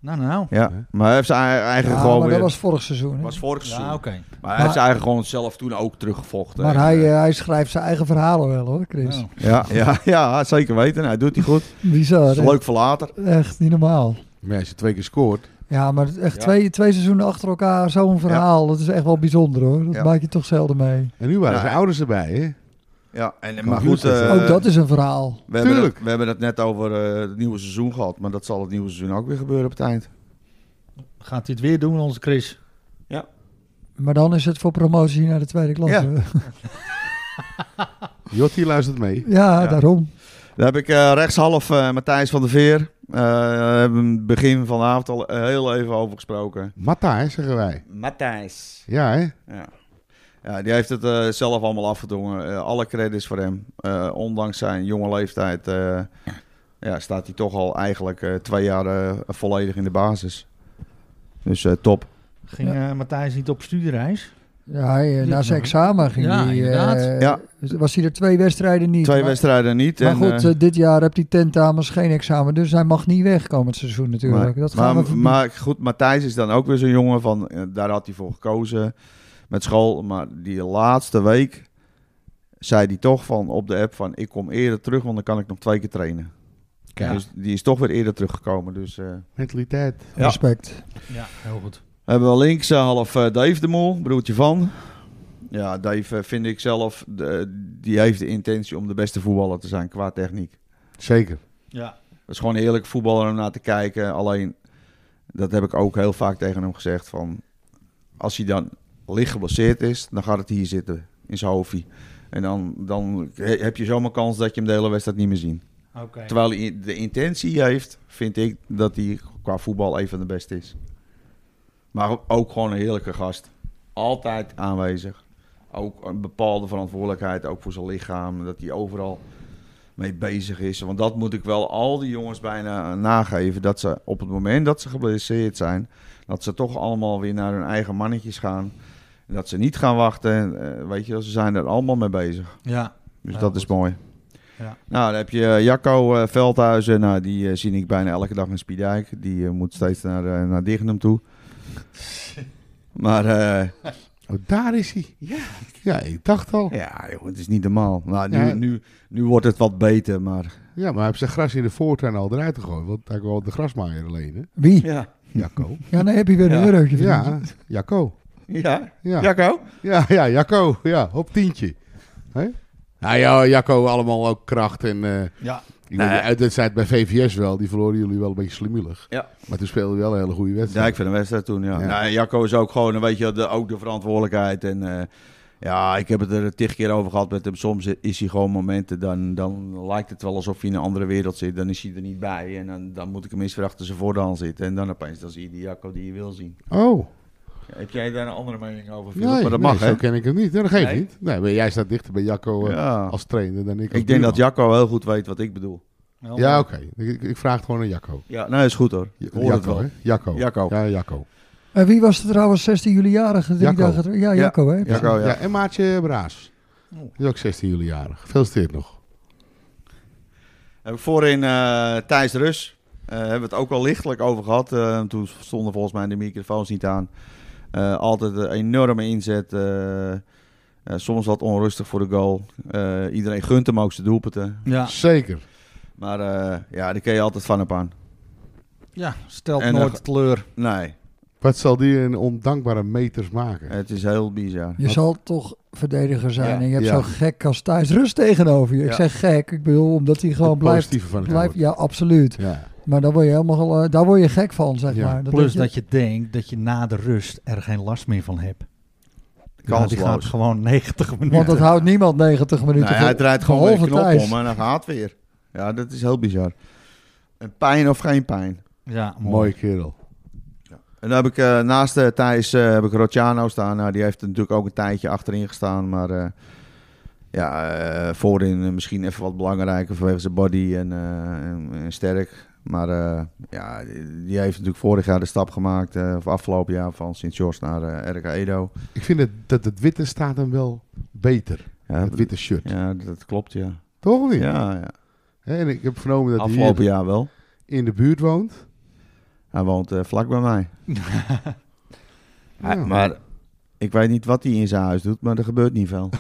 B: Nou.
C: Ja, maar hij heeft zijn eigen
D: Ja,
C: gewoon
D: maar
C: weer...
D: dat was vorig seizoen. Hè?
C: was vorig seizoen.
B: Ja, oké.
C: Maar hij heeft zijn eigen gewoon zelf toen ook teruggevochten.
D: Maar
C: En,
D: hij schrijft zijn eigen verhalen wel hoor, Chris.
B: Oh.
C: ja, zeker weten. Hij doet die goed.
D: Bizar.
C: Dat is
D: hè?
C: leuk voor later.
D: Echt niet normaal.
E: Maar als je 2 keer scoort.
D: Ja, maar echt
C: Ja.
D: twee seizoenen achter elkaar, zo'n verhaal. Dat is echt wel bijzonder hoor. Dat
C: Ja.
D: maak je toch zelden mee.
E: En nu waren
C: Ja.
E: zijn ouders erbij, hè?
C: Ja, en,
E: Kan
C: maar
E: goed
C: goed,
E: zitten.
D: Ook dat is een verhaal.
E: Tuurlijk.
C: we hebben het net over het nieuwe seizoen gehad. Maar dat zal het nieuwe seizoen ook weer gebeuren op het eind.
B: Gaat hij het weer doen, onze Chris?
D: Maar dan is het voor promotie naar de tweede klasse.
E: Jotti luistert mee.
D: Ja, daarom.
C: Dan heb ik rechtshalf Matthijs van der Veer. Hebben we het begin van de avond al heel even over gesproken.
E: Matthijs, zeggen wij.
C: Matthijs.
E: Ja, hè?
C: Ja, die heeft het zelf allemaal afgedwongen. Alle credits voor hem. Ondanks zijn jonge leeftijd staat hij toch al eigenlijk 2 jaar volledig in de basis. Dus top.
B: Ging Matthijs niet op studiereis?
D: Ja, na
B: nog
D: zijn
B: niet.
D: examen ging
B: Ja,
D: hij...
B: inderdaad.
C: Ja.
D: Was hij er 2 wedstrijden niet.
C: 2
D: Maar-
C: wedstrijden niet.
D: Maar
C: en,
D: goed, dit jaar heeft hij tentamens, geen examen. Dus hij mag niet weg komend seizoen natuurlijk.
C: maar,
D: Dat gaan we verbieden.
C: maar goed, Matthijs is dan ook weer zo'n jongen van... daar had hij voor gekozen met school. Maar die laatste week zei hij toch van op de app van... ik kom eerder terug, want dan kan ik nog 2 keer trainen.
B: Ja.
C: Dus die is toch weer eerder teruggekomen. Dus
E: Mentaliteit.
C: ja.
D: Respect.
B: Ja, heel goed.
C: hebben we links half Dave de Mol, broertje van. Ja, Dave vind ik zelf... die heeft de intentie om de beste voetballer te zijn qua techniek.
E: Zeker.
B: Ja.
C: Dat is gewoon een heerlijke voetballer om naar te kijken. Alleen, dat heb ik ook heel vaak tegen hem gezegd. Van, als hij dan licht geblesseerd is, dan gaat het hier zitten. In zijn hoofdje. En dan heb je zomaar kans dat je hem de hele wedstrijd niet meer ziet.
B: Oké.
C: Terwijl hij de intentie heeft, vind ik dat hij qua voetbal een van de beste is. Maar ook gewoon een heerlijke gast. Altijd aanwezig. Ook een bepaalde verantwoordelijkheid, ook voor zijn lichaam. Dat hij overal mee bezig is. Want dat moet ik wel al die jongens bijna nageven. Dat ze op het moment dat ze geblesseerd zijn... dat ze toch allemaal weer naar hun eigen mannetjes gaan. Dat ze niet gaan wachten. Weet je, ze zijn er allemaal mee bezig.
B: Ja.
C: Dus
B: Ja,
C: dat
B: goed.
C: is mooi.
B: Ja.
C: Nou, dan heb je Jacco Veldhuizen. Nou, die zie ik bijna elke dag in Spiedijk. Die moet steeds naar Dignum toe. Maar
E: Oh, daar is hij. Ja, ik dacht al.
C: ja, joh, het is niet normaal. Nou,
E: Ja.
C: nu wordt het wat beter, maar...
E: Ja, maar hij heeft zijn gras in de voortuin al eruit gegooid. Want hij wil de grasmaaier alleen, hè?
D: Wie?
C: Ja.
E: Jacco.
D: Ja, dan heb je weer een
C: Ja.
D: eurotje.
E: Ja, Jacco.
C: Ja?
E: Ja.
C: Jacco?
E: Ja, Jacco. Ja, op 10. Hè? Nou ja, Jacco allemaal ook kracht. En
B: Ja.
E: ik weet de uitwedstrijd bij VVS wel. Die verloren jullie wel een beetje slimmelig.
C: Ja.
E: Maar toen speelde hij wel een hele goede
C: Ja,
E: wedstrijd.
C: ik vind een wedstrijd toen, ja.
E: Ja.
C: Nou, Jacco is ook gewoon, weet je, ook de verantwoordelijkheid. En ja, ik heb het er 10 keer over gehad met hem. Soms is hij gewoon momenten, dan lijkt het wel alsof hij in een andere wereld zit. Dan is hij er niet bij. En dan moet ik hem eens weer achter zijn voordaan zitten. En dan opeens, dan zie je die Jacco die je wil zien.
E: Oh.
C: Ja, heb jij daar een andere mening over, Philip?
E: Nee,
C: Maar dat
E: nee,
C: mag,
E: zo
C: hè?
E: ken ik hem niet. Dat geeft
C: Nee?
E: niet. Nee, maar jij staat dichter bij Jacco
C: Ja.
E: als trainer dan ik als
C: Ik denk dat
E: buurman.
C: Jacco heel goed weet wat ik bedoel.
E: Ja, oké. Ik vraag het gewoon aan Jacco.
C: Ja, nee, is goed hoor. Ik hoor het wel.
E: hè? Jacco.
C: Jacco.
E: Ja, Jacco.
D: En wie was er trouwens 16 juli jarig? 3
E: Jacco.
D: dagen terug? Ja, Jacco hè?
C: Jacco, ja.
E: Ja, en Maartje Braas. Die is ook 16 juli jarig. Gefeliciteerd nog.
C: Heb ik voorin Thijs Rus. Hebben we het ook al lichtelijk over gehad. Toen stonden volgens mij de microfoons niet aan. Altijd een enorme inzet. Soms wat onrustig voor de goal. Iedereen gunt hem ook zijn doelpunten.
B: Ja.
E: Zeker.
C: Maar ja, daar kun je altijd van op aan.
B: Ja, stelt
C: En
B: nooit teleur.
C: Nee,
E: Wat zal die een ondankbare meters maken?
C: het is heel bizar.
D: Je zal toch verdediger zijn
C: Ja.
D: en je hebt
E: Ja.
D: zo'n gek als Thijs Rust tegenover je. Ik
C: Ja.
D: zeg gek, ik bedoel omdat hij gewoon
E: Het
D: blijft.
E: positieve van het
D: blijft
E: woord.
D: ja, absoluut.
E: Ja.
D: Maar daar word je helemaal, daar word je gek van, zeg
E: Ja.
D: maar.
B: Plus dat je denkt dat je na de rust er geen last meer van hebt. Ja, die
C: Kansloos.
B: gaat gewoon 90 minuten.
D: Want dat houdt niemand 90 minuten
C: Nee,
D: vol.
C: hij draait gewoon weer een
D: behalve
C: knop
D: Thijs.
C: om en dan gaat het weer. Ja, dat is heel bizar. En pijn of geen pijn.
B: Ja, mooi.
E: Mooie kerel.
C: En dan heb ik naast Thijs heb ik Rociano staan. Nou, die heeft er natuurlijk ook een tijdje achterin gestaan. Maar voorin misschien even wat belangrijker vanwege zijn body en sterk. Maar ja, die heeft natuurlijk vorig jaar de stap gemaakt. Of afgelopen jaar van Sint-George naar RK Edo.
E: Ik vind dat het witte staat hem wel beter.
C: Ja,
E: Het witte shirt.
C: ja, dat klopt, ja.
E: Toch of niet?
C: Ja, ja.
E: Hè, en ik heb vernomen dat hij
C: Afgelopen
E: hier
C: jaar wel.
E: in de buurt woont.
C: Hij woont vlak bij mij.
E: Ja.
C: Maar ik weet niet wat hij in zijn huis doet, maar er gebeurt niet veel.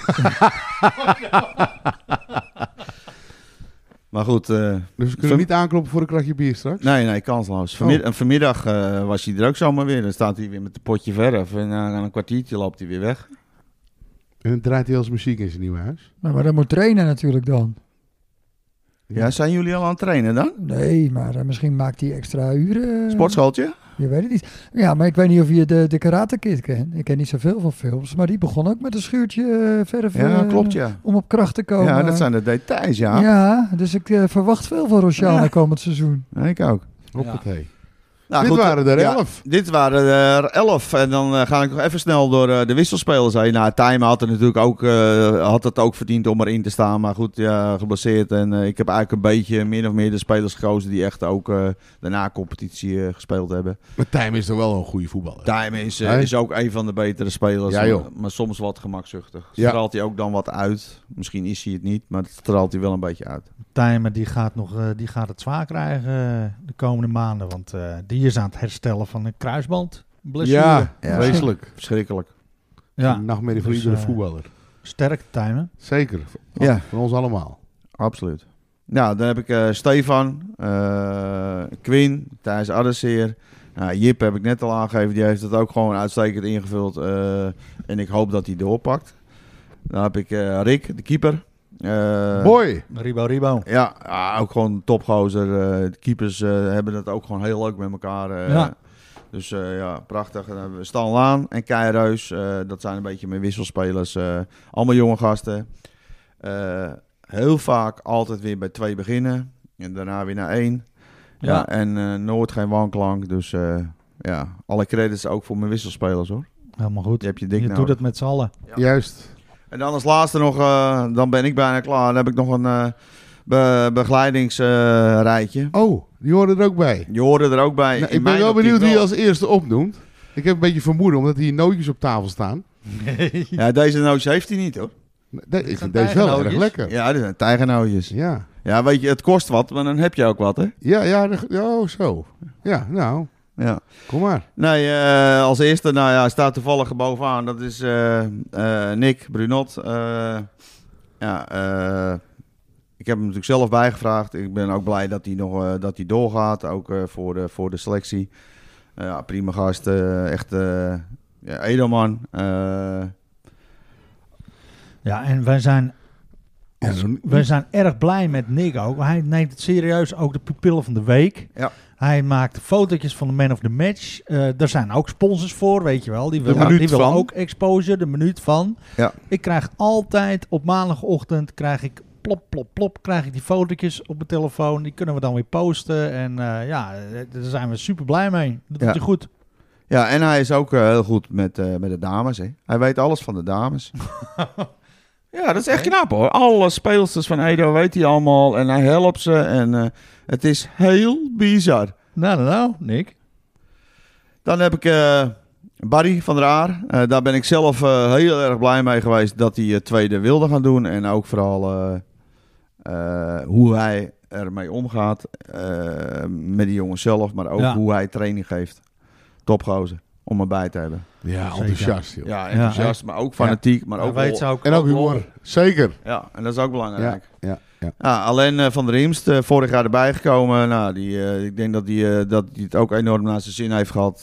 C: Maar goed.
E: Dus we kunnen niet aankloppen voor een kratje bier straks?
C: Nee, kansloos. En vanmiddag was hij er ook zomaar weer. Dan staat hij weer met een potje verf. En na een kwartiertje loopt hij weer weg.
E: En dan draait hij als muziek in zijn nieuwe huis?
D: Maar dat moet trainen natuurlijk dan.
C: Ja, zijn jullie al aan het trainen dan?
D: Nee, maar misschien maakt hij extra uren.
C: Sportschooltje?
D: Je weet het niet. Ja, maar ik weet niet of je de Karate Kid kent. Ik ken niet zoveel van films, maar die begon ook met een schuurtje verf.
C: Ja, klopt ja.
D: Om op kracht te komen.
C: Ja, dat zijn de details, ja.
D: Ja, dus ik verwacht veel van Rosjana komend seizoen.
C: Ja, ik ook.
E: Hoppatee.
C: Nou,
E: Dit waren er
C: ja,
E: 11.
C: Dit waren er 11. En dan ga ik nog even snel door de wisselspelers heen. Nou, Tijmen had er natuurlijk ook, had het ook verdiend om erin te staan. Maar goed, ja, geblesseerd. En ik heb eigenlijk een beetje min of meer de spelers gekozen die echt ook de na-competitie gespeeld hebben.
E: Maar Tijmen is toch wel een goede voetballer?
C: Tijmen
E: Nee?
C: is ook een van de betere spelers.
E: Ja, joh.
C: Maar soms wat gemakzuchtig.
E: Ja.
C: Straalt hij ook dan wat uit. Misschien is hij het niet, maar het straalt hij wel een beetje uit.
B: Tijmen die gaat het zwaar krijgen de komende maanden. Want die is aan het herstellen van een kruisbandblessure.
E: Ja,
C: Ja.
E: vreselijk.
C: Verschrikkelijk.
B: Ja,
E: Een nachtmerrie voor
B: Dus,
E: iedere voetballer.
B: sterk Tijmen.
E: Zeker.
C: Ja.
E: Van ons allemaal.
C: Absoluut. Nou, dan heb ik Stefan, Quinn, Thijs Adderseer. Nou, Jip heb ik net al aangegeven, die heeft het ook gewoon uitstekend ingevuld. En ik hoop dat hij doorpakt. Dan heb ik Rick, de keeper.
E: Boy.
B: Ribo.
C: Ja, ook gewoon topgozer. De keepers hebben het ook gewoon heel leuk met elkaar.
B: Ja.
C: Dus ja, prachtig. Dan hebben we Stan Laan en Kai Reus. Dat zijn een beetje mijn wisselspelers. Allemaal jonge gasten. Heel vaak altijd weer bij 2 beginnen. En daarna weer naar 1. Ja.
B: Ja.
C: En nooit geen wanklank. Dus ja, alle credits ook voor mijn wisselspelers hoor.
B: Helemaal goed.
C: Die heb je dik
B: Je
C: nodig.
B: doet het met z'n allen.
C: Ja.
E: Juist.
C: En dan als laatste nog, dan ben ik bijna klaar. Dan heb ik nog een begeleidingsrijtje.
E: Oh, die horen er ook bij.
C: Je hoorde er ook bij.
E: Nou,
C: In
E: ik ben
C: mijn
E: wel
C: optiek
E: benieuwd wie je
C: wel.
E: als eerste opnoemt. Ik heb een beetje vermoeden, omdat hier nootjes op tafel staan.
C: Ja, deze nootjes heeft hij niet hoor.
E: Ik
B: zijn
E: vind deze wel erg
B: tijgernootjes.
E: lekker.
C: Ja, dit zijn tijgernootjes.
E: Ja.
C: Ja, weet je, het kost wat, maar dan heb je ook wat hè.
E: Ja, oh, zo. Ja, nou,
C: Ja.
E: kom maar.
C: Nee, als eerste, nou ja, staat toevallig bovenaan. Dat is Nick Brunot. Ik heb hem natuurlijk zelf bijgevraagd. Ik ben ook blij dat hij nog dat hij doorgaat, ook voor de selectie. Ja, prima gast, echt ja, edelman.
B: Ja, en wij zijn
E: Ja,
B: We zijn erg blij met Nick ook. Hij neemt het serieus, ook de pupillen van de week.
C: Ja.
B: Hij maakt fotootjes van de man of the match. Er zijn ook sponsors voor, weet je wel. Die willen,
E: minuut
B: die willen
E: van.
B: ook exposure, de minuut van.
C: Ja.
B: Ik krijg altijd op maandagochtend, krijg ik plop, krijg ik die fotootjes op mijn telefoon. Die kunnen we dan weer posten. En daar zijn we super blij mee. Dat doet
C: Ja.
B: hij goed.
C: Ja, en hij is ook heel goed met de dames. Hè. Hij weet alles van de dames. Ja, dat is echt knap hoor. Alle speelsters van Edo weet hij allemaal. En hij helpt ze. En het is heel bizar.
B: Nou, Nick.
C: Dan heb ik Barry van der Aar. Daar ben ik zelf heel erg blij mee geweest dat hij tweede wilde gaan doen. En ook vooral hoe hij ermee omgaat. Met die jongens zelf. Maar ook
B: Ja.
C: hoe hij training geeft. Topgozer. Om erbij te hebben.
E: Ja,
B: Zeker.
E: enthousiast, joh.
C: Ja, enthousiast. Maar ook fanatiek. Maar
B: Hij
C: ook
B: weet
C: wel-
B: ze ook.
E: En ook humor. Zeker.
C: Ja, en dat is ook belangrijk.
E: Ja.
C: Ja, alleen Van der Hiemst, vorig jaar erbij gekomen. Nou, ik denk dat hij het ook enorm naar zijn zin heeft gehad.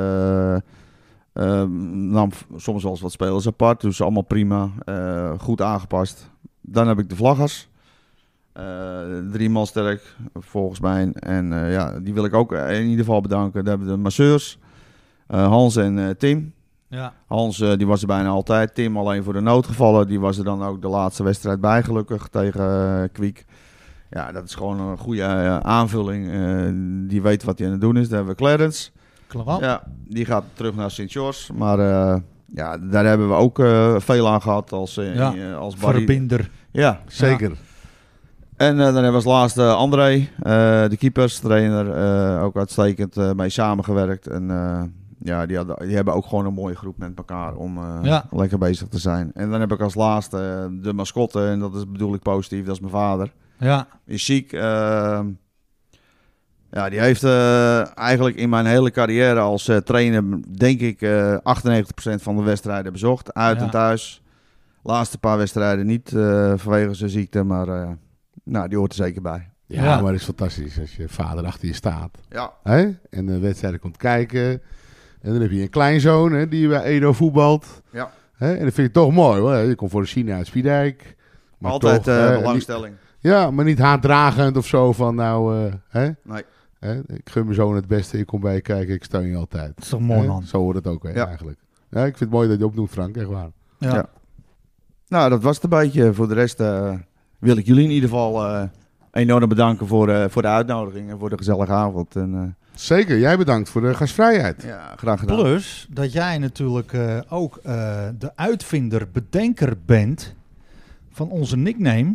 C: Nam soms wel eens wat spelers apart, dus allemaal prima. Goed aangepast. Dan heb ik de vlaggers. 3 man sterk, volgens mij. En die wil ik ook in ieder geval bedanken. Dan hebben we de masseurs. Hans en Tim.
B: Ja.
C: Hans die was er bijna altijd. Tim alleen voor de noodgevallen. Die was er dan ook de laatste wedstrijd bij gelukkig tegen Kwiek. Ja, dat is gewoon een goede aanvulling. Die weet wat hij aan het doen is. Dan hebben we Clarence.
B: Klopt.
C: Ja, die gaat terug naar St. George. Maar daar hebben we ook veel aan gehad als Barry.
B: Verbinder.
C: Ja,
E: Zeker.
C: en dan hebben we als laatste André, de keeperstrainer. Ook uitstekend mee samengewerkt. En die hebben ook gewoon een mooie groep met elkaar om lekker bezig te zijn. En dan heb ik als laatste de mascotte. En dat bedoel ik positief, dat is mijn vader.
B: Ja.
C: Is ziek. Ja, die heeft eigenlijk in mijn hele carrière als trainer, denk ik, 98% van de wedstrijden bezocht. Uit en thuis. Laatste paar wedstrijden niet vanwege zijn ziekte, maar die hoort er zeker bij.
E: Ja, maar het is fantastisch als je vader achter je staat.
C: Ja.
E: Hè? En de wedstrijden komt kijken. En dan heb je een kleinzoon hè, die bij Edo voetbalt.
C: Ja.
E: Hè? En dat vind je toch mooi hoor. Je komt voor de China uit Spiedijk. Maar
C: Altijd
E: toch,
C: belangstelling.
E: Ja, maar niet haatdragend of zo van hè?
C: Nee.
E: Hè? Ik gun mijn zoon het beste, ik kom bij je kijken, ik steun je altijd.
B: Dat is toch mooi,
E: Hè?
B: man.
E: Zo hoort het ook eigenlijk. Ja, ik vind het mooi dat je opnoemt, Frank, echt waar.
B: Ja.
C: Nou, dat was het een beetje. Voor de rest wil ik jullie in ieder geval enorm bedanken voor de uitnodiging en voor de gezellige avond. En,
E: Zeker, jij bedankt voor de gastvrijheid.
C: ja, graag gedaan.
B: Plus dat jij natuurlijk ook de uitvinder, bedenker bent van onze nickname.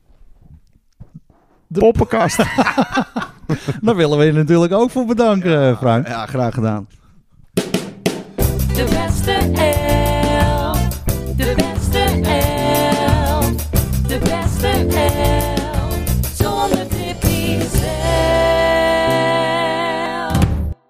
B: De
C: Poppenkast.
B: Daar willen we je natuurlijk ook voor bedanken, Frank.
C: Ja, graag gedaan.
G: De beste elf. De beste elf. De beste elf. Zonder Tippy zelf.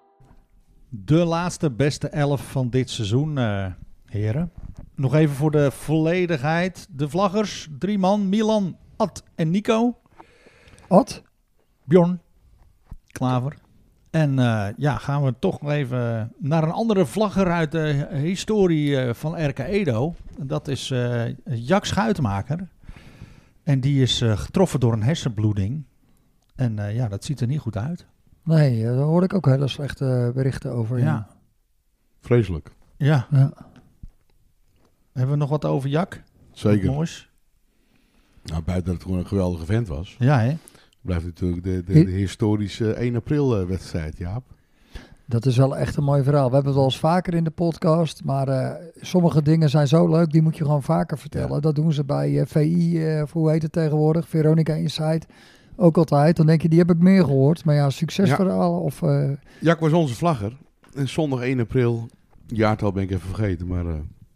B: De laatste beste 11 van dit seizoen, heren. Nog even voor de volledigheid. De vlaggers, 3 man. Milan, Ad en Nico.
D: Ad?
B: Bjorn, Klaver. En gaan we toch nog even naar een andere vlagger uit de historie van RK Edo. Dat is Jack Schuitenmaker. En die is getroffen door een hersenbloeding. En dat ziet er niet goed uit.
D: Nee, daar hoorde ik ook hele slechte berichten over.
B: Ja.
E: Vreselijk.
B: Ja.
D: Ja.
B: Hebben we nog wat over Jack?
E: Zeker.
B: Wat moois.
E: Nou, buiten dat het gewoon een geweldige vent was.
B: Ja, hè?
E: Blijft natuurlijk de historische 1 april wedstrijd, Jaap.
D: Dat is wel echt een mooi verhaal. We hebben het wel eens vaker in de podcast, maar sommige dingen zijn zo leuk, die moet je gewoon vaker vertellen.
E: Ja.
D: Dat doen ze bij VI, of hoe heet het tegenwoordig, Veronica Insight, ook altijd. Dan denk je, die heb ik meer gehoord. Maar ja, succesverhalen of...
E: Jack was onze vlagger. En zondag 1 april, jaartal ben ik even vergeten, maar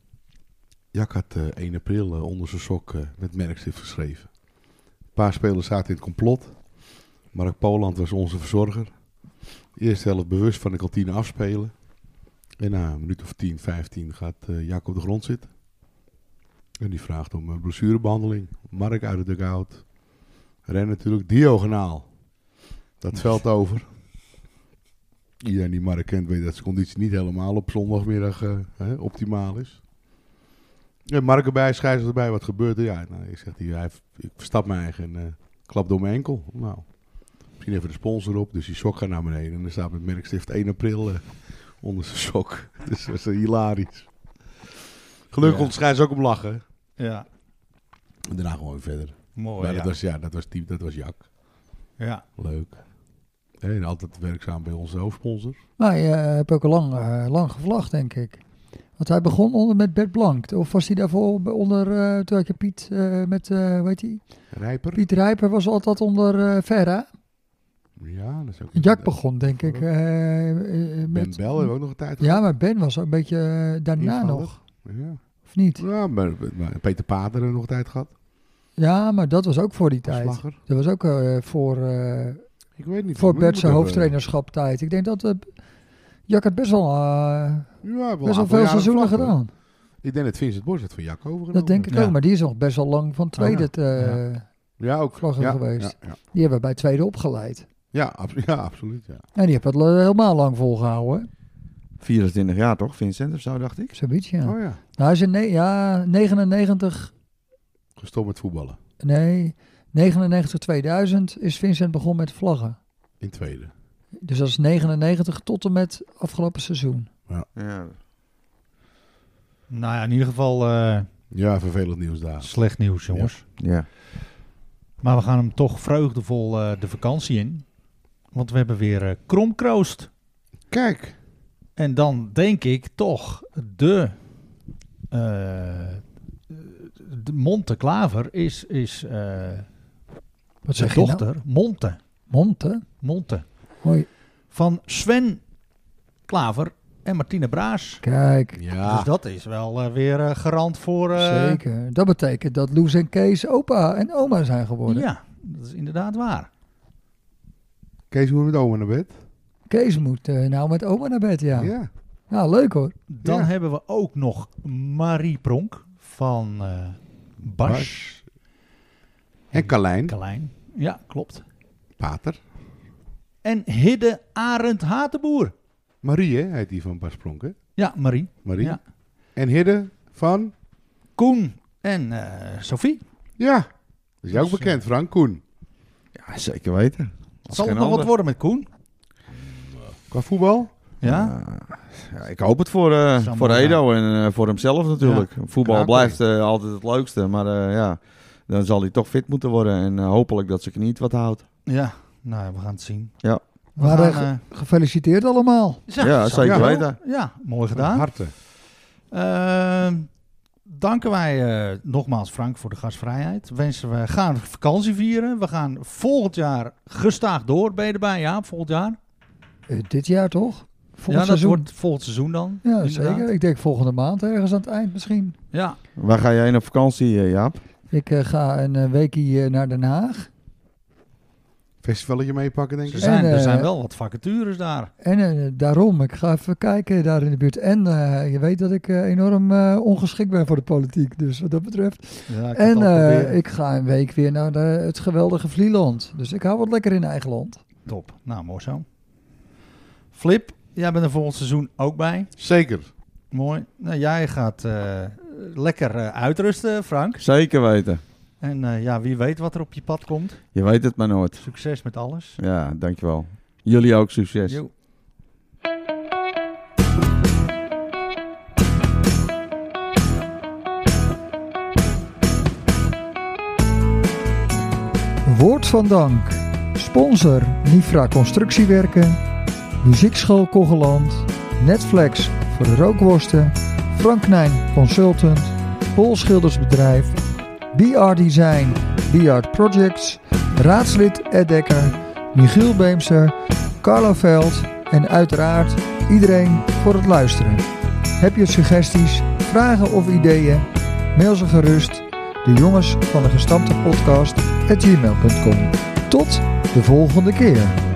E: Jack had 1 april onder zijn sok met merkstift geschreven. Een paar spelers zaten in het complot. Mark Poland was onze verzorger. De eerste helft bewust van de kantine afspelen. En na een minuut of 10, 15 gaat Jack op de grond zitten. En die vraagt om een blessurebehandeling. Mark uit de dugout. Ren natuurlijk diagonaal dat veld over. Iedereen die Mark kent weet dat zijn conditie niet helemaal op zondagmiddag optimaal is. En Mark erbij, scheidsrechter erbij, wat gebeurt er? Ja, ik zeg, ik verstap me eigen en klap door mijn enkel. Nou, misschien even de sponsor op, dus die sok gaat naar beneden. En er staat met merkstift 1 april onder zijn sok. Dus dat is hilarisch. Gelukkig kon de scheidsrechter ook om lachen.
B: Ja.
E: En daarna gewoon verder.
B: Mooi,
E: Maar
B: ja.
E: dat was Jack.
B: Ja.
E: Leuk. En altijd werkzaam bij onze hoofdsponsor.
D: Maar je hebt ook al lang gevlagd, denk ik. Want hij begon met Bert Blank. Of was hij daarvoor onder, toen had je Piet met, hoe heet hij?
E: Rijper.
D: Piet Rijper was altijd onder Verra.
E: Ja, dat is ook...
D: Jack begon, denk ik.
E: Ben
D: met,
E: Bell hebben we ook nog een tijd
D: ja, maar Ben was ook een beetje daarna
E: Invaller.
D: nog.
E: Ja.
D: Of niet?
E: Ja, maar Peter Pater hebben we nog een tijd gehad.
D: Ja, maar dat was ook voor die
E: Als
D: tijd.
E: vlagger.
D: Dat was ook voor
E: Ik weet niet.
D: Bert zijn
E: Moet even-
D: hoofdtrainerschap tijd. Ik denk dat Jack had best wel
E: Ja,
D: veel
E: jaren
D: seizoenen
E: vlaggen.
D: gedaan.
E: Ik denk dat Vincent Bos het van Jack overgenomen.
D: Dat denk ik
B: Ja.
D: ook. Maar die is nog best wel lang van tweede
E: Ja, ook.
D: vlagger geweest.
E: Ja,
D: Die hebben we bij tweede opgeleid.
E: ja, absoluut. Ja.
D: En die heeft het helemaal lang volgehouden. Hè?
C: 24 jaar toch, Vincent of zo, dacht ik?
D: Zoiets, ja.
E: Oh ja.
D: Nou, hij is in 99...
E: Gestopt met voetballen.
D: Nee, 99-2000 is Vincent begonnen met vlaggen.
E: In tweede.
D: Dus dat is 99 tot en met afgelopen seizoen.
C: Ja.
B: Nou ja, in ieder geval
E: Ja, vervelend nieuws daar.
B: slecht nieuws, jongens.
C: Ja.
B: Maar we gaan hem toch vreugdevol de vakantie in. Want we hebben weer Kromkroost.
E: Kijk.
B: En dan denk ik toch de Monte Klaver is
D: Wat
B: zijn
D: zeg je nou?
B: dochter Monte.
D: Monte?
B: Hoi. Van Sven Klaver en Martine Braas.
D: Kijk,
E: Ja.
B: Dus dat is wel weer garant voor...
D: zeker. Dat betekent dat Loes en Kees opa en oma zijn geworden.
B: Ja, dat is inderdaad waar.
E: Kees moet met oma naar bed.
D: Kees moet nou met oma naar bed, ja.
E: Ja.
D: Nou, leuk hoor.
B: Dan
E: Ja.
B: hebben we ook nog Marie Pronk van Bas.
E: En Carlijn.
B: Kalijn. Ja, klopt.
E: Pater.
B: En Hidde Arend Hatenboer.
E: Marie, hè, heet die van Bas Pronk, hè?
B: Ja, Marie.
E: Marie.
B: Ja.
E: En Hidde van...
B: Koen en Sophie.
E: Ja. Dat is jou ook
B: Dus,
E: bekend, Frank. Koen.
C: Ja, zeker weten.
B: Zal het nog wat worden met Koen?
E: Qua voetbal?
B: Ja?
C: Ja, ik hoop het voor
B: Samuel,
C: Edo en voor hemzelf natuurlijk. Voetbal
B: Kraken.
C: blijft altijd het leukste, maar ja, dan zal hij toch fit moeten worden en hopelijk dat zijn knie het wat houdt.
B: Ja. Nou, ja, we gaan het zien.
C: Ja,
B: We
D: Maar
B: gaan,
D: gefeliciteerd allemaal.
C: ja zeker
E: Ja.
C: weten.
B: Ja, mooi
E: Van
B: gedaan.
E: harte.
B: Danken wij nogmaals Frank voor de gastvrijheid. We gaan vakantie vieren. We gaan volgend jaar gestaag door. Ben je erbij? Ja, volgend jaar?
D: Dit jaar toch?
B: Ja,
D: Volgend
B: dat
D: seizoen.
B: wordt volgend seizoen dan.
D: Ja,
B: inderdaad.
D: zeker. Ik denk volgende maand ergens aan het eind misschien.
B: Ja,
C: Waar ga jij heen op vakantie, Jaap?
D: Ik ga een weekje naar Den Haag.
E: Festivaletje meepakken, denk ik.
B: er zijn wel wat vacatures daar.
D: En daarom, ik ga even kijken daar in de buurt. En je weet dat ik enorm ongeschikt ben voor de politiek. Dus wat dat betreft.
B: Ja,
D: En ik ga een week weer naar het geweldige Vlieland. Dus ik hou wat lekker in eigen land.
B: Top. Nou, mooi zo. Flip, jij bent er volgend seizoen ook bij.
E: Zeker.
B: Mooi. Nou, jij gaat lekker uitrusten, Frank.
C: Zeker weten.
B: En ja, wie weet wat er op je pad komt.
C: Je weet het maar nooit.
B: Succes met alles.
C: Ja, dankjewel. Jullie ook succes.
B: Jo.
D: Woord van dank. Sponsor Nifra Constructiewerken. Muziekschool Kogeland. Netflix voor de rookworsten. Frank Nijn Consultant. Pol Schildersbedrijf. BR Design. BR Projects. Raadslid Ed Dekker. Michiel Beemster. Carlo Veld. En uiteraard iedereen voor het luisteren. Heb je suggesties, vragen of ideeën? Mail ze gerust. De jongens van de gestampte podcast @gmail.com. Tot de volgende keer.